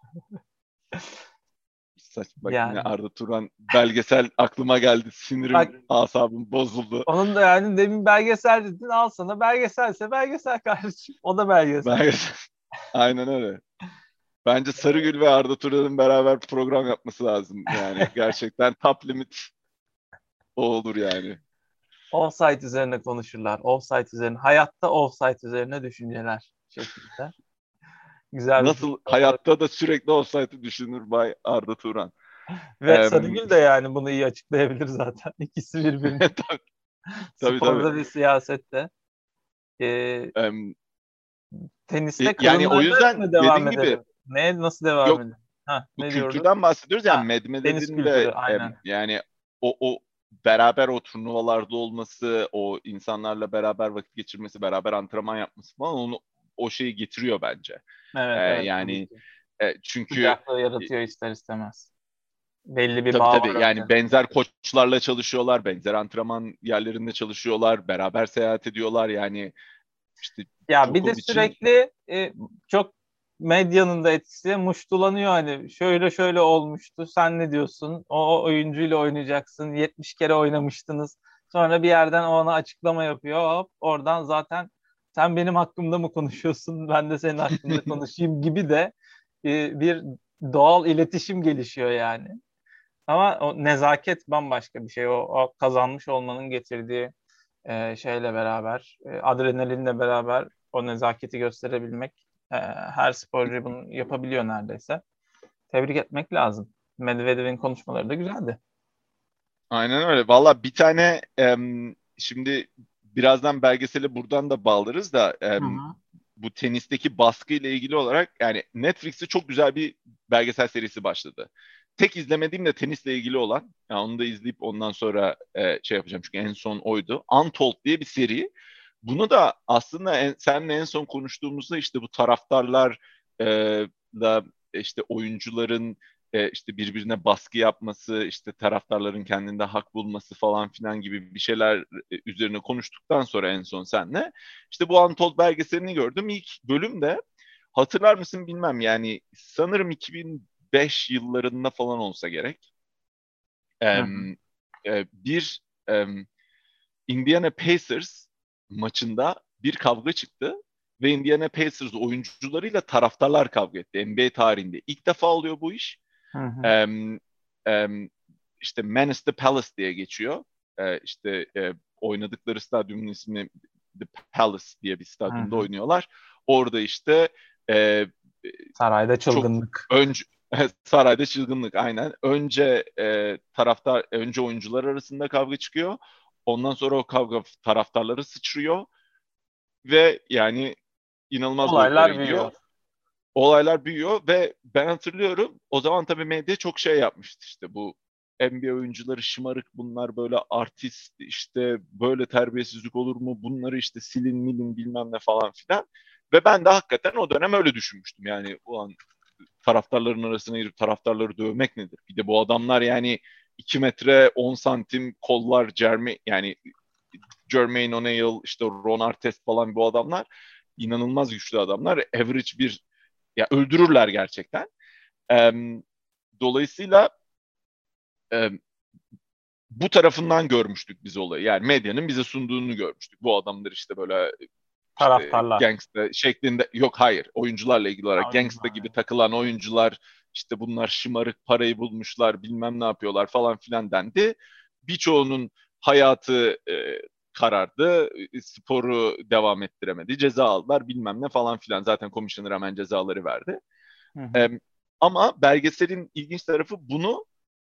Saç, bak yine Yani Arda Turan belgesel aklıma geldi. Sinirim, bak, asabım bozuldu. onun da yani demin belgesel dedin, al sana belgeselse belgesel kardeşim. O da belgesel. Belgesel. Aynen öyle. Bence Sarıgül ve Arda Turan'ın beraber program yapması lazım. Yani gerçekten top limit o olur yani. Offside üzerine konuşurlar. Offside üzerine. Hayatta offside üzerine düşünceler şeklinde. Güzel bir Nasıl program olabilir. hayatta da sürekli olsaydı düşünür Bay Arda Turan. Ve Em, Sarıgül de yani bunu iyi açıklayabilir zaten. İkisi birbirini tabii tabii. tabii. sporda ve siyasette. Ee, Em, e, teniste yani o kadınlarda yüzden mı devam dediğin gibi edelim? Ne, nasıl devam yok, edelim? Ha, bu ne diyorduk? kültürden bahsediyoruz yani Ha, tenis Medvedev'in kültürü de em, aynen. yani o o beraber o turnuvalarda olması, o insanlarla beraber vakit geçirmesi, beraber antrenman yapması falan onu o şeyi getiriyor bence. Ee, Evet, evet, tabii yani ki. e, çünkü Sıcaklığı e, yaratıyor ister istemez. Belli bir tabii bağ var tabii, orada. yani benzer koçlarla çalışıyorlar, benzer antrenman yerlerinde çalışıyorlar, beraber seyahat ediyorlar, yani işte Ya bir de Djokovic'in sürekli e, çok medyanın da etkisi muştulanıyor hani şöyle şöyle olmuştu sen ne diyorsun o, o oyuncuyla oynayacaksın yetmiş kere oynamıştınız sonra bir yerden o ona açıklama yapıyor hop oradan zaten sen benim hakkımda mı konuşuyorsun ben de senin hakkında konuşayım gibi de e, bir doğal iletişim gelişiyor yani. Ama o nezaket bambaşka bir şey. O, o kazanmış olmanın getirdiği e, şeyle beraber, e, adrenalinle beraber o nezaketi gösterebilmek e, her sporcu bunu yapabiliyor neredeyse. Tebrik etmek lazım. Medvedev'in konuşmaları da güzeldi. aynen öyle. Valla bir tane em, şimdi birazdan belgeseli buradan da bağlarız da Hı em, hı. bu tenisteki baskı ile ilgili olarak yani Netflix'te çok güzel bir belgesel serisi başladı. Tek izlemediğim de tenisle ilgili olan. Yani onu da izleyip ondan sonra e, şey yapacağım çünkü en son oydu. Untold diye bir seri. Bunu da aslında en, seninle en son konuştuğumuzda işte bu taraftarlar e, da işte oyuncuların e, işte birbirine baskı yapması, işte taraftarların kendinde hak bulması falan filan gibi bir şeyler e, üzerine konuştuktan sonra en son senle işte bu Untold belgeselini gördüm. İlk bölümde hatırlar mısın bilmem yani sanırım iki bin beş yıllarında falan olsa gerek. Hı Em, hı. e, bir em, Indiana Pacers maçında bir kavga çıktı ve Indiana Pacers oyuncularıyla taraftarlar kavga etti. N B A tarihinde ilk defa oluyor bu iş. Hı hı. Em, em, işte Menace the Palace diye geçiyor. E, işte e, oynadıkları stadyumun ismi The Palace diye bir Hı stadyumda hı. oynuyorlar. Orada işte e, Sarayda çok çılgınlık. önce sarayda çılgınlık aynen. Önce e, taraftar önce oyuncular arasında kavga çıkıyor. Ondan sonra o kavga taraftarları sıçrıyor ve yani inanılmaz boyutlara Olaylar gidiyor. büyüyor. Olaylar büyüyor ve ben hatırlıyorum o zaman tabii medya çok şey yapmıştı işte bu N B A oyuncuları şımarık bunlar böyle artist işte böyle terbiyesizlik olur mu bunları işte silin milin bilmem ne falan filan. Ve ben de hakikaten o dönem öyle düşünmüştüm yani ulan taraftarların arasına girip taraftarları dövmek nedir? Bir de bu adamlar yani iki metre on santim kollar Jermaine yani Jermaine O'Neal işte Ron Artest falan bu adamlar inanılmaz güçlü adamlar. Average bir ya öldürürler gerçekten. Ee, dolayısıyla e, bu tarafından görmüştük biz olayı. Yani medyanın bize sunduğunu görmüştük. Bu adamlar işte böyle işte Taraftarlar. gangsta şeklinde yok hayır oyuncularla ilgili Ha, olarak gangsta oyuncular gibi yani. takılan oyuncular işte bunlar şımarık parayı bulmuşlar bilmem ne yapıyorlar falan filan dendi. Birçoğunun hayatı e, karardı. E, sporu devam ettiremedi. Ceza aldılar bilmem ne falan filan. Zaten komisyoner hemen cezaları verdi. Hı E, hı. ama belgeselin ilginç tarafı bunu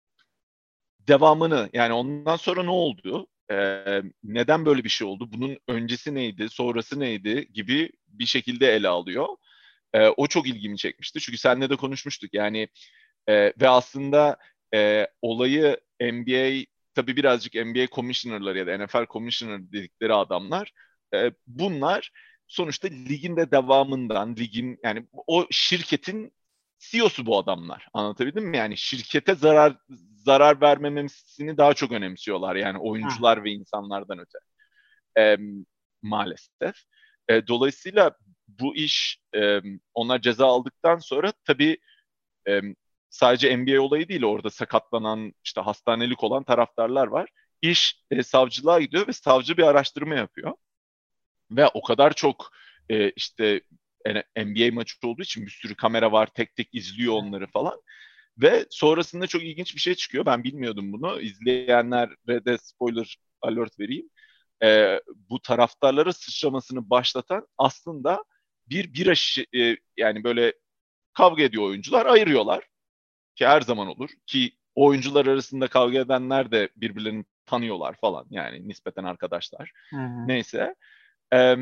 devamını yani ondan sonra ne oldu? Ee, neden böyle bir şey oldu? Bunun öncesi neydi? Sonrası neydi? Gibi bir şekilde ele alıyor. Ee, o çok ilgimi çekmişti. Çünkü seninle de konuşmuştuk. Yani e, ve aslında e, olayı N B A tabii birazcık N B A commissioner'ları ya da N F L commissioner dedikleri adamlar e, bunlar sonuçta ligin de devamından ligin yani o şirketin C E O'su bu adamlar. Anlatabildim mi? Yani şirkete zarar zarar vermemesini daha çok önemsiyorlar. Yani Hı hı. oyuncular ve insanlardan öte. E, maalesef. E, dolayısıyla bu iş e, onlar ceza aldıktan sonra tabii e, sadece N B A olayı değil orada sakatlanan işte hastanelik olan taraftarlar var. İş e, savcılığa gidiyor ve savcı bir araştırma yapıyor. Ve o kadar çok e, işte N B A maçı olduğu için bir sürü kamera var tek tek izliyor onları falan. Ve sonrasında çok ilginç bir şey çıkıyor. Ben bilmiyordum bunu. İzleyenlere de spoiler alert vereyim. E, bu taraftarlara sıçramasını başlatan aslında bir bira şişe, e, yani böyle kavga ediyor oyuncular ayırıyorlar ki her zaman olur ki oyuncular arasında kavga edenler de birbirlerini tanıyorlar falan yani nispeten arkadaşlar. Hı hı. Neyse e,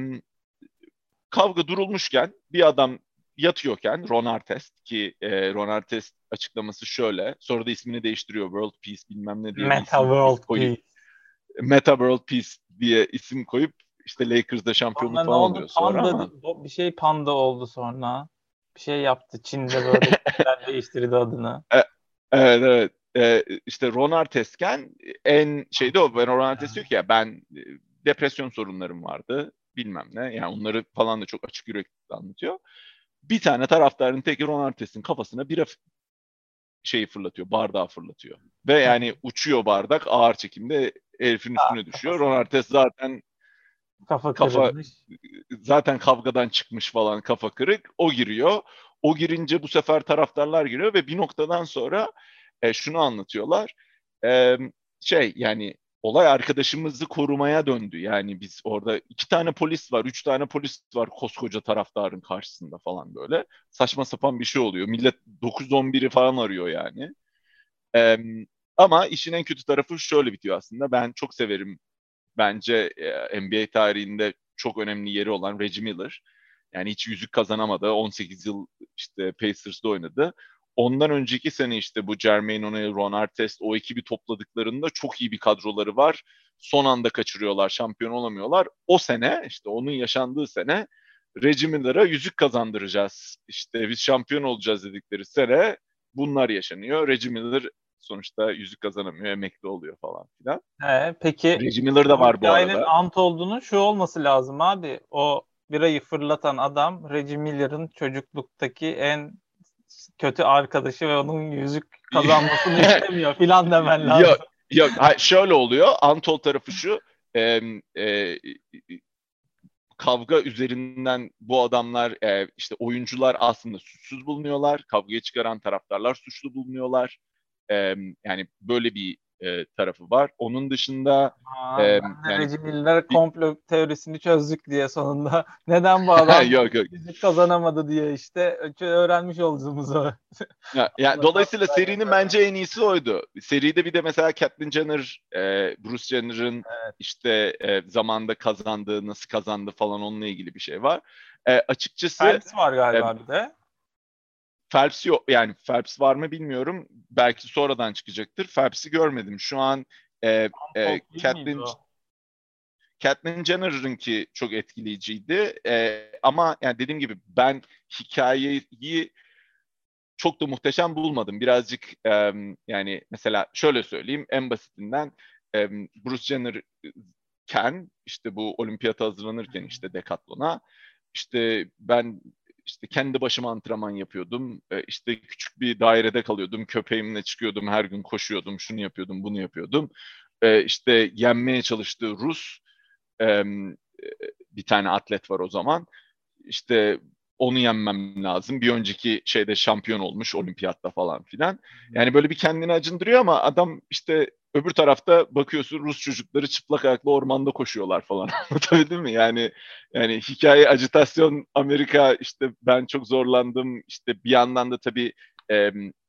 kavga durulmuşken bir adam yatıyorken Ron Artest ki e, Ron Artest açıklaması şöyle sonra da ismini değiştiriyor World Peace bilmem ne diye bir Meta isim World koyup Peace. Meta World Peace diye isim koyup işte Lakers'da şampiyonluk Sonra ne falan oldu? oluyor sonra Panda ama bir şey panda oldu sonra. Bir şey yaptı. Çin'de böyle yeniden değiştirdi adını. E, evet evet. E, işte Ron Artest'ken en şeyde o. Ben Ron Artest diyor ki ya ben e, depresyon sorunlarım vardı. bilmem ne. Yani onları falan da çok açık yürekli anlatıyor. Bir tane taraftarın teki Ron Artest'in kafasına bira şeyi fırlatıyor, bardağı fırlatıyor. Ve yani uçuyor bardak, ağır çekimde herifin Ah, üstüne düşüyor. Ron kafasına. Artest zaten Kafa kafa kırılmış. zaten kavgadan çıkmış falan, kafa kırık. O giriyor. O girince bu sefer taraftarlar giriyor ve bir noktadan sonra e, şunu anlatıyorlar. E, şey yani olay arkadaşımızı korumaya döndü. Yani biz orada iki tane polis var, üç tane polis var koskoca taraftarın karşısında falan böyle. Saçma sapan bir şey oluyor. Millet dokuz on biri falan arıyor yani. E, ama işin en kötü tarafı şöyle bitiyor aslında. Ben çok severim, bence e, N B A tarihinde çok önemli yeri olan Reggie Miller. Yani hiç yüzük kazanamadı. on sekiz yıl işte Pacers'da oynadı. Ondan önceki sene işte bu Jermaine O'Neal, Ron Artest o ekibi topladıklarında çok iyi bir kadroları var. Son anda kaçırıyorlar, şampiyon olamıyorlar. O sene işte onun yaşandığı sene Reggie Miller'a yüzük kazandıracağız. İşte biz şampiyon olacağız dedikleri sene bunlar yaşanıyor. Reggie Miller sonuçta yüzük kazanamıyor, emekli oluyor falan filan. He, peki Reggie Miller da bu var bu hikayenin arada. ant olduğunu şu olması lazım abi. O birayı fırlatan adam Reggie Miller'ın çocukluktaki en kötü arkadaşı ve onun yüzük kazanmasını istemiyor filan demen Yok, lazım. yok. Ha, şöyle oluyor. Antol tarafı şu. E, e, kavga üzerinden bu adamlar e, işte oyuncular aslında suçsuz bulunuyorlar. Kavgayı çıkaran taraftarlar suçlu bulunuyorlar. E, yani böyle bir e, tarafı var. Onun dışında e, Aa, ben de yani Reggie Miller bir, komplo teorisini çözdük diye sonunda. Neden bu adam yok yok. yüzük kazanamadı diye işte öğrenmiş olduğumuz o. Ya, ya, dolayısıyla serinin bence en iyisi oydu. Seride bir de mesela Caitlyn Jenner, e, Bruce Jenner'ın işte e, zamanda kazandığı, nasıl kazandı falan onunla ilgili bir şey var. E, açıkçası Phelps var e, galiba bir de. Phelps yok, yani Phelps var mı bilmiyorum. Belki sonradan çıkacaktır. Phelps'i görmedim. Şu an e, e, Antol değil miydi Caitlyn o? Caitlyn Jenner'ınki çok etkileyiciydi. E, ama yani dediğim gibi ben hikayeyi çok da muhteşem bulmadım. Birazcık e, yani mesela şöyle söyleyeyim en basitinden e, Bruce Jenner Ken işte bu olimpiyata hazırlanırken işte Decathlon'a işte ben işte kendi başıma antrenman yapıyordum. E, işte küçük bir dairede kalıyordum. Köpeğimle çıkıyordum. Her gün koşuyordum. Şunu yapıyordum, bunu yapıyordum. E, işte yenmeye çalıştığı Rus e, bir tane atlet var o zaman. İşte onu yenmem lazım. Bir önceki şeyde şampiyon olmuş olimpiyatta falan filan. Yani böyle bir kendini acındırıyor ama adam işte öbür tarafta bakıyorsun Rus çocukları çıplak ayakla ormanda koşuyorlar falan. Anlatabildim mi? Yani yani hikaye ajitasyon Amerika işte ben çok zorlandım. İşte bir yandan da tabii e,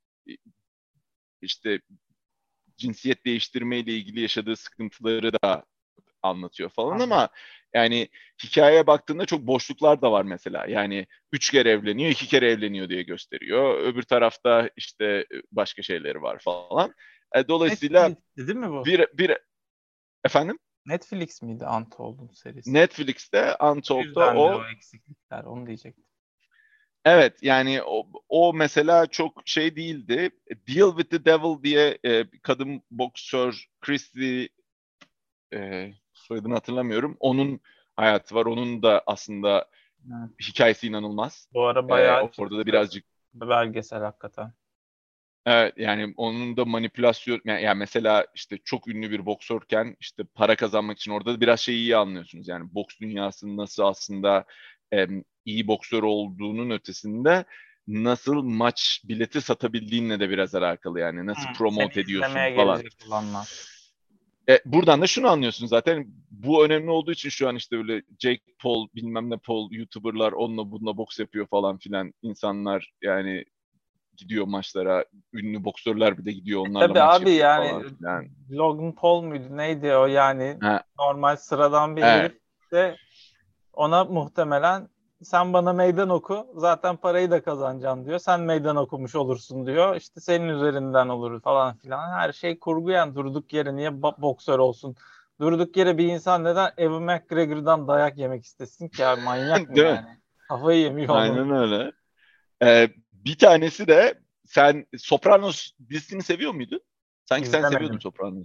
işte cinsiyet değiştirme ile ilgili yaşadığı sıkıntıları da anlatıyor falan ama yani hikayeye baktığında çok boşluklar da var mesela. Yani üç kere evleniyor, iki kere evleniyor diye gösteriyor. Öbür tarafta işte başka şeyleri var falan. E, dolayısıyla Netflix'ti değil mi bu? bir, bir efendim Netflix miydi Untold'un serisi? Netflix'te O Untold'da yüzdendir o o eksiklikler, onu diyecektim. evet yani o, o mesela çok şey değildi. Deal with the Devil diye e, kadın boksör Christy e, soyadını hatırlamıyorum. Onun hayatı var. Onun da aslında Evet. hikayesi inanılmaz. Bu ara Ee, bayağı orada da çıktı. birazcık Belgesel hakikaten. evet yani onun da manipülasyon yani, yani mesela işte çok ünlü bir boksörken işte para kazanmak için orada da biraz şeyi iyi anlıyorsunuz. Yani boks dünyasının nasıl aslında em, iyi boksör olduğunun ötesinde nasıl maç bileti satabildiğinle de biraz alakalı yani nasıl Hmm, seni promote ediyorsun izlemeye falan. gelecek olanlar. E, buradan da şunu anlıyorsun zaten bu önemli olduğu için şu an işte böyle Jake Paul bilmem ne Paul YouTuber'lar onunla bununla boks yapıyor falan filan insanlar yani gidiyor maçlara ünlü boksörler bir de gidiyor E onlarla tabii maç abi yapıyor yani falan filan. Logan Paul muydu neydi o yani Ha, normal sıradan bir evet, herif de ona muhtemelen sen bana meydan oku zaten parayı da kazanacaksın diyor. Sen meydan okumuş olursun diyor. İşte senin üzerinden olur falan filan. Her şey kurgu yani durduk yere niye ba- boksör olsun? Durduk yere bir insan neden Evan McGregor'dan dayak yemek istesin ki abi manyak mı değil mi? yani? Kafayı yemiyor onu. Aynen öyle. E, bir tanesi de sen Sopranos dizisini seviyor muydun? Sanki sen seviyordun İzlemedim. Sopranos.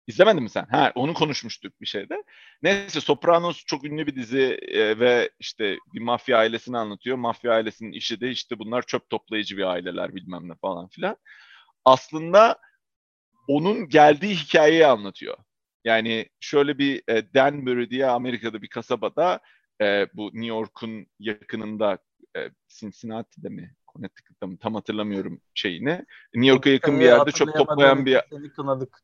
İzlemedin mi sen? Ha, onu konuşmuştuk bir şeyde. Neyse, Sopranos çok ünlü bir dizi e, ve işte bir mafya ailesini anlatıyor. Mafya ailesinin işi de işte bunlar çöp toplayıcı bir aileler bilmem ne falan filan. Aslında onun geldiği hikayeyi anlatıyor. Yani şöyle bir e, Danbury diye Amerika'da bir kasabada, e, bu New York'un yakınında, e, Cincinnati'de mi, Connecticut'ta mı tam hatırlamıyorum şeyini. New York'a yakın bir Noktayı yerde çöp hatırlayamadığın toplayan bir için seni kınadık.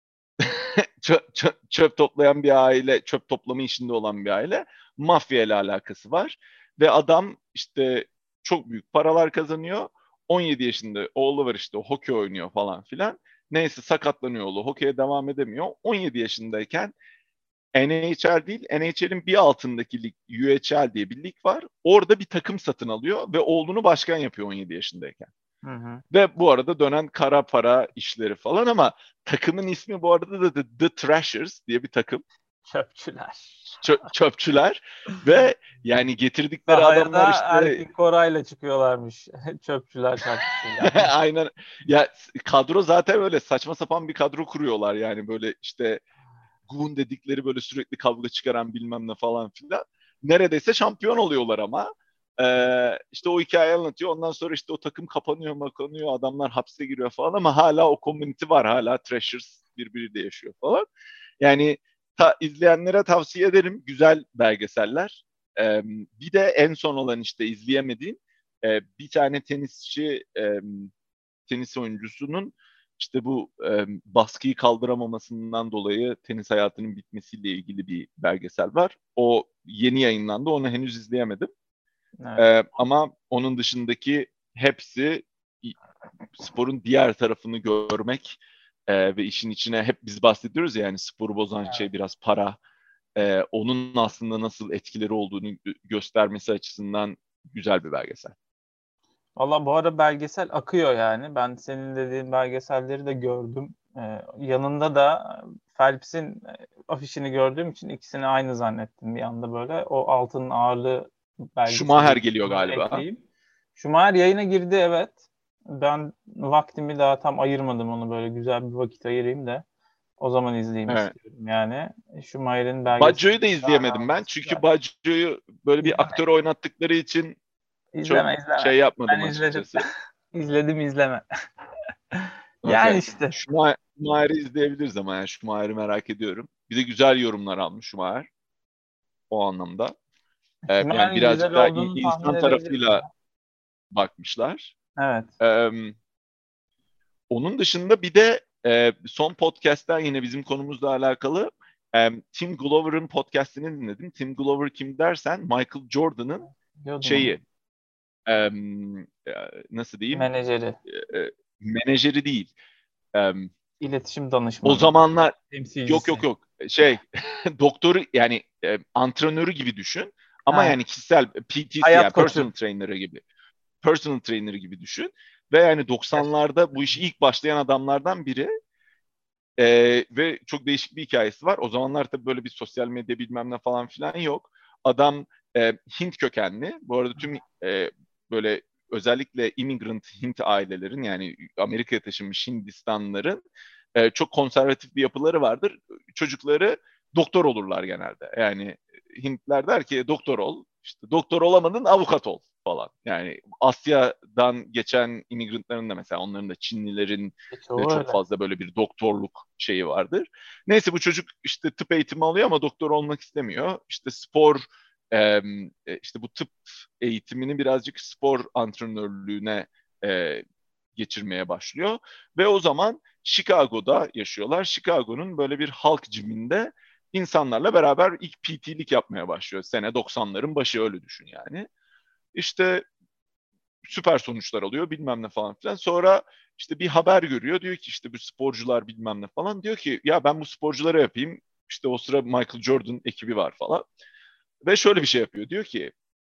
çöp, çöp, çöp toplayan bir aile, çöp toplama işinde olan bir aile. Mafya ile alakası var. Ve adam işte çok büyük paralar kazanıyor. on yedi yaşında oğlu var, işte o hokey oynuyor falan filan. Neyse, sakatlanıyor oğlu. Hokeye devam edemiyor. on yedi yaşındayken N H L değil, N H L'in bir altındaki lig, U H L diye bir lig var. Orada bir takım satın alıyor ve oğlunu başkan yapıyor on yedi yaşındayken. Hı hı. Ve bu arada dönen kara para işleri falan, ama takımın ismi bu arada da The, The Thrashers diye bir takım. Çöpçüler. Çö- çöpçüler ve yani getirdikleri Sahaya adamlar da işte Erkin Koray'la çıkıyorlarmış. Çöpçüler şarkısıyla. aynen ya, kadro zaten öyle saçma sapan bir kadro kuruyorlar yani, böyle işte goon dedikleri, böyle sürekli kavga çıkaran bilmem ne falan filan. Neredeyse şampiyon oluyorlar ama. Ee, işte o hikayeyi anlatıyor. Ondan sonra işte o takım kapanıyor makanıyor. Adamlar hapse giriyor falan, ama hala o community var. Hala Thrashers birbiriyle yaşıyor falan. Yani ta, izleyenlere tavsiye ederim. Güzel belgeseller. Ee, bir de en son olan, işte izleyemediğim, e, bir tane tenisçi, e, tenis oyuncusunun işte bu e, baskıyı kaldıramamasından dolayı tenis hayatının bitmesiyle ilgili bir belgesel var. O yeni yayınlandı. Onu henüz izleyemedim. Evet. E, ama onun dışındaki hepsi, sporun diğer tarafını görmek e, ve işin içine, hep biz bahsediyoruz ya, yani sporu bozan şey biraz para. E, onun aslında nasıl etkileri olduğunu göstermesi açısından güzel bir belgesel. Valla bu ara belgesel akıyor yani. Ben senin dediğin belgeselleri de gördüm. Ee, yanında da Phelps'in e, afişini gördüğüm için ikisini aynı zannettim bir anda böyle. O Altının Ağırlığı Schumacher belgeseli. geliyor Onu da galiba. ekleyeyim. Schumacher yayına girdi, evet. Ben vaktimi daha tam ayırmadım, onu böyle güzel bir vakit ayırayım da o zaman izleyeyim Evet. istiyorum yani. Schumacher'in Baggio'yu da belgeselleri hala izleyemedim ben. Çünkü süper. Baggio'yu böyle bir İzleme, aktör oynattıkları için çok izleme, izleme. şey yapmadım Ben izledim. açıkçası. İzledim, izleme. Yani Okay. işte. Schumacher- Schumacher'i izleyebiliriz ama, yani Schumacher'i merak ediyorum. Bir de güzel yorumlar almış Schumacher o anlamda. Ee, yani Schumacher'in güzel birazcık daha i- olduğunu tahmin insan edebilirim tarafıyla ya. bakmışlar. Evet. Ee, onun dışında bir de e, son podcast'ten yine bizim konumuzla alakalı, e, Tim Glover'ın podcast'ini dinledim. Tim Glover kim dersen, Michael Jordan'ın Biliyordum onu. şeyi, e, nasıl diyeyim, Menajeri. e, e, menajeri değil. E, İletişim o danışmanı. zamanlar yok yok Temsilcisi. yok şey doktoru, yani e, antrenörü gibi düşün. Ama Ha, yani kişisel P T C, hayat yani koçu. personal trainer'ı gibi. Personal trainer gibi düşün. Ve yani doksanlarda bu işi ilk başlayan adamlardan biri. Ee, ve çok değişik bir hikayesi var. O zamanlar tabii böyle bir sosyal medya bilmem ne falan filan yok. Adam e, Hint kökenli. Bu arada tüm e, böyle özellikle immigrant Hint ailelerin, yani Amerika'ya taşınmış Hindistanlıların e, çok konservatif bir yapıları vardır. Çocukları doktor olurlar genelde. Yani Hintler der ki doktor ol. İşte doktor olamadın, avukat ol falan. Yani Asya'dan geçen immigrantların da, mesela onların da, Çinlilerin de Çoğu çok öyle. fazla böyle bir doktorluk şeyi vardır. Neyse, bu çocuk işte tıp eğitimi alıyor ama doktor olmak istemiyor. İşte spor, e, işte bu tıp eğitimini birazcık spor antrenörlüğüne e, geçirmeye başlıyor. Ve o zaman Chicago'da yaşıyorlar. Chicago'nun böyle bir halk ciminde insanlarla beraber ilk P T'lik yapmaya başlıyor. Sene doksanların başı, öyle düşün yani. İşte süper sonuçlar alıyor bilmem ne falan filan. Sonra işte bir haber görüyor. Diyor ki işte bu sporcular bilmem ne falan. Diyor ki ya ben bu sporculara yapayım. İşte o sıra Michael Jordan ekibi var falan. Ve şöyle bir şey yapıyor. Diyor ki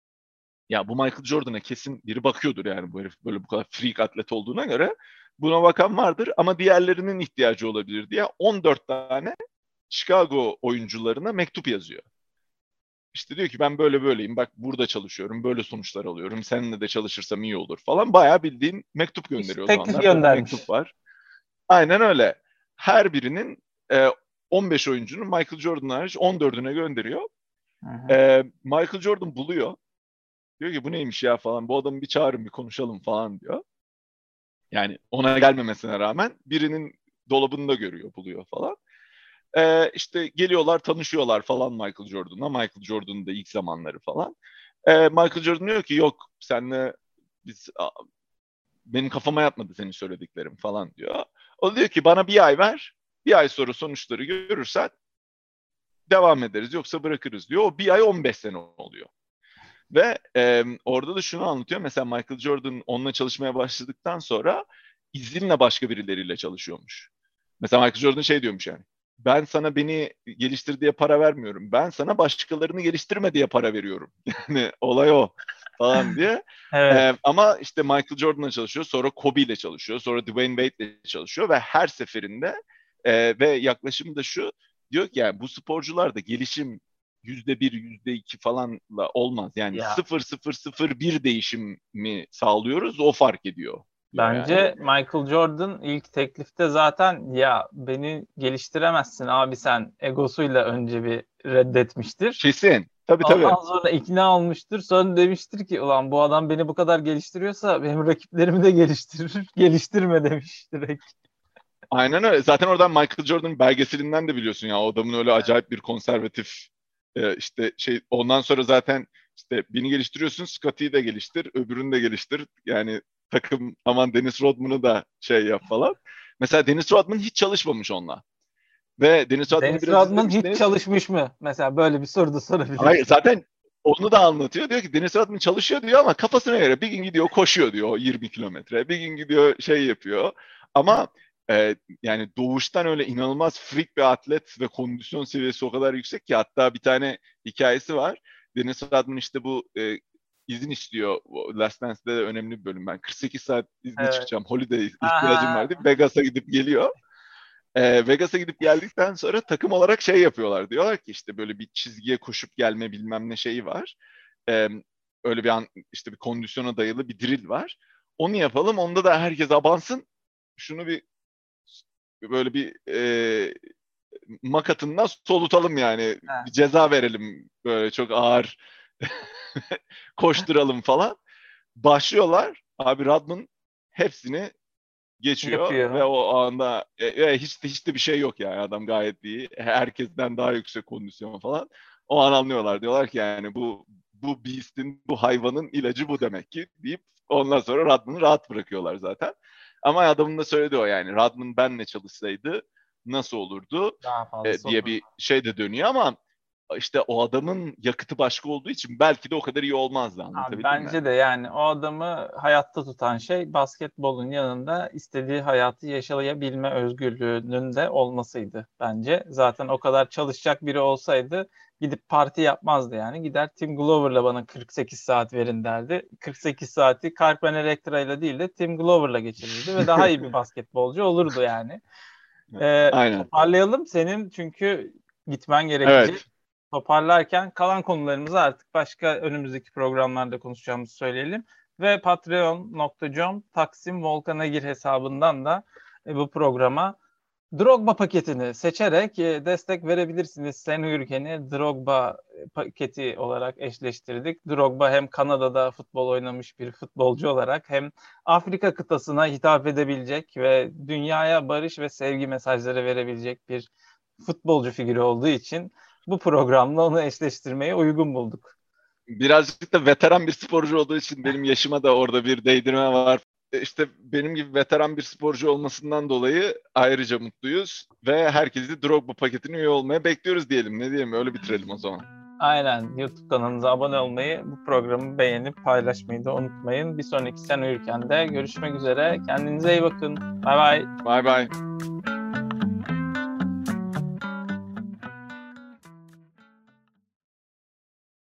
ya bu Michael Jordan'a kesin biri bakıyordur, yani bu herif böyle bu kadar freak atlet olduğuna göre buna bakan vardır, ama diğerlerinin ihtiyacı olabilir diye on dört tane Chicago oyuncularına mektup yazıyor. İşte diyor ki ben böyle böyleyim, bak burada çalışıyorum, böyle sonuçlar alıyorum, seninle de çalışırsam iyi olur falan. Bayağı bildiğin mektup İşte gönderiyor o teklif zamanlar. Tabii mektup göndermiş. var. Aynen öyle. Her birinin e, on beş oyuncunun Michael Jordan hariç on dördüne gönderiyor. Hı hı. E, Michael Jordan buluyor. Diyor ki bu neymiş ya falan. Bu adamı bir çağırın bir konuşalım falan diyor. Yani ona gelmemesine rağmen birinin dolabında görüyor, buluyor falan. Ee, işte geliyorlar, tanışıyorlar falan Michael Jordan'la. Michael Jordan'ın da ilk zamanları falan. Ee, Michael Jordan diyor ki yok senle biz benim kafama yatmadı senin söylediklerim falan diyor. O diyor ki bana bir ay ver. Bir ay sonra sonuçları görürsen devam ederiz yoksa bırakırız diyor. O bir ay on beş sene oluyor. Ve e, orada da şunu anlatıyor. Mesela Michael Jordan onunla çalışmaya başladıktan sonra izinle başka birileriyle çalışıyormuş. Mesela Michael Jordan şey diyormuş yani. Ben sana beni geliştir diye para vermiyorum. Ben sana başkalarını geliştirme diye para veriyorum. Yani olay o falan diye. Evet. Ee, ama işte Michael Jordan'la çalışıyor. Sonra Kobe ile çalışıyor. Sonra Dwayne Wade ile çalışıyor. Ve her seferinde e, ve yaklaşımı da şu. Diyor ki yani bu sporcularda gelişim yüzde bir, yüzde iki falanla olmaz. Yani Ya sıfır sıfır sıfır bir değişimi sağlıyoruz. O fark ediyor diyor yani. bence Michael Jordan ilk teklifte zaten ya beni geliştiremezsin abi sen egosuyla önce bir reddetmiştir. Kesin. Tabii tabii. Ondan sonra ikna olmuştur. Sonra demiştir ki ulan bu adam beni bu kadar geliştiriyorsa benim rakiplerimi de geliştirir. Geliştirme demiş direkt. Aynen öyle. Zaten oradan Michael Jordan'ın belgeselinden de biliyorsun ya. O adamın öyle acayip bir konservatif e, işte şey ondan sonra zaten işte beni geliştiriyorsun Scottie'yi de geliştir, öbürünü de geliştir. Yani takım aman Dennis Rodman'ı da şey yap falan. Mesela Dennis Rodman hiç çalışmamış onunla. Ve Dennis Rodman'ı Dennis biraz Rodman izlemiş. hiç Dennis çalışmış mı? Mesela böyle bir soru da Hayır, sorabilirsin. zaten onu da anlatıyor. Diyor ki Dennis Rodman çalışıyor diyor ama kafasına göre bir gün gidiyor koşuyor diyor yirmi kilometre. Bir gün gidiyor şey yapıyor. Ama e, yani doğuştan öyle inanılmaz freak bir atlet ve kondisyon seviyesi o kadar yüksek ki hatta bir tane hikayesi var. Dennis Rodman işte bu e, izin istiyor. Last Dance'de de önemli bir bölüm. Ben kırk sekiz saat izne Evet. çıkacağım. Holiday ihtiyacım Aha. var deyip Vegas'a gidip geliyor. E, Vegas'a gidip geldikten sonra takım olarak şey yapıyorlar. Diyorlar ki işte böyle bir çizgiye koşup gelme bilmem ne şeyi var. E, öyle bir an, işte bir kondisyona dayalı bir drill var. Onu yapalım. Onda da herkes abansın. Şunu bir böyle bir e, makatından solutalım yani. Bir Ha. ceza verelim. Böyle çok ağır koşturalım falan. Başlıyorlar. Abi Rodman hepsini geçiyor ve Yapıyor. o anda e, e, hiç de hiç de bir şey yok yani adam gayet iyi. Herkesten daha yüksek kondisyon falan. O an anlıyorlar. Diyorlar ki yani bu bu beast'in, bu hayvanın ilacı bu demek ki deyip ondan sonra Rodman'ı rahat bırakıyorlar zaten. Ama adamın da söyledi o yani Rodman benle çalışsaydı nasıl olurdu Daha e, fazlası diye olur. bir şey de dönüyor ama işte o adamın yakıtı başka olduğu için belki de o kadar iyi olmazdı Abi anlatabildim mi? bence de yani o adamı hayatta tutan şey basketbolun yanında istediği hayatı yaşayabilme özgürlüğünün de olmasıydı bence. Zaten o kadar çalışacak biri olsaydı gidip parti yapmazdı yani. Gider Tim Glover'la bana kırk sekiz saat verin derdi. kırk sekiz saati Carpen Electra ile değil de Tim Glover'la geçirirdi ve daha iyi bir basketbolcu olurdu yani. Ee, Aynen. toparlayalım senin çünkü gitmen gerekecek. Evet. Toparlarken kalan konularımızı artık başka önümüzdeki programlarda konuşacağımızı söyleyelim. Ve patreon nokta com Taksim Volkan Agir hesabından da e, bu programa Drogba paketini seçerek e, destek verebilirsiniz. Sen Ürken'i Drogba paketi olarak eşleştirdik. Drogba hem Kanada'da futbol oynamış bir futbolcu olarak hem Afrika kıtasına hitap edebilecek ve dünyaya barış ve sevgi mesajları verebilecek bir futbolcu figürü olduğu için bu programla onu eşleştirmeyi uygun bulduk. Birazcık da veteran bir sporcu olduğu için benim yaşıma da orada bir değdirme var. E, İşte benim gibi veteran bir sporcu olmasından dolayı ayrıca mutluyuz ve herkesi Drogba paketine üye olmaya bekliyoruz diyelim. Ne diyelim öyle bitirelim o zaman. Aynen YouTube kanalımıza abone olmayı, bu programı beğenip paylaşmayı da unutmayın. Bir sonraki Sen Uyurken'de görüşmek üzere. Kendinize iyi bakın. Bay bay. Bye bye.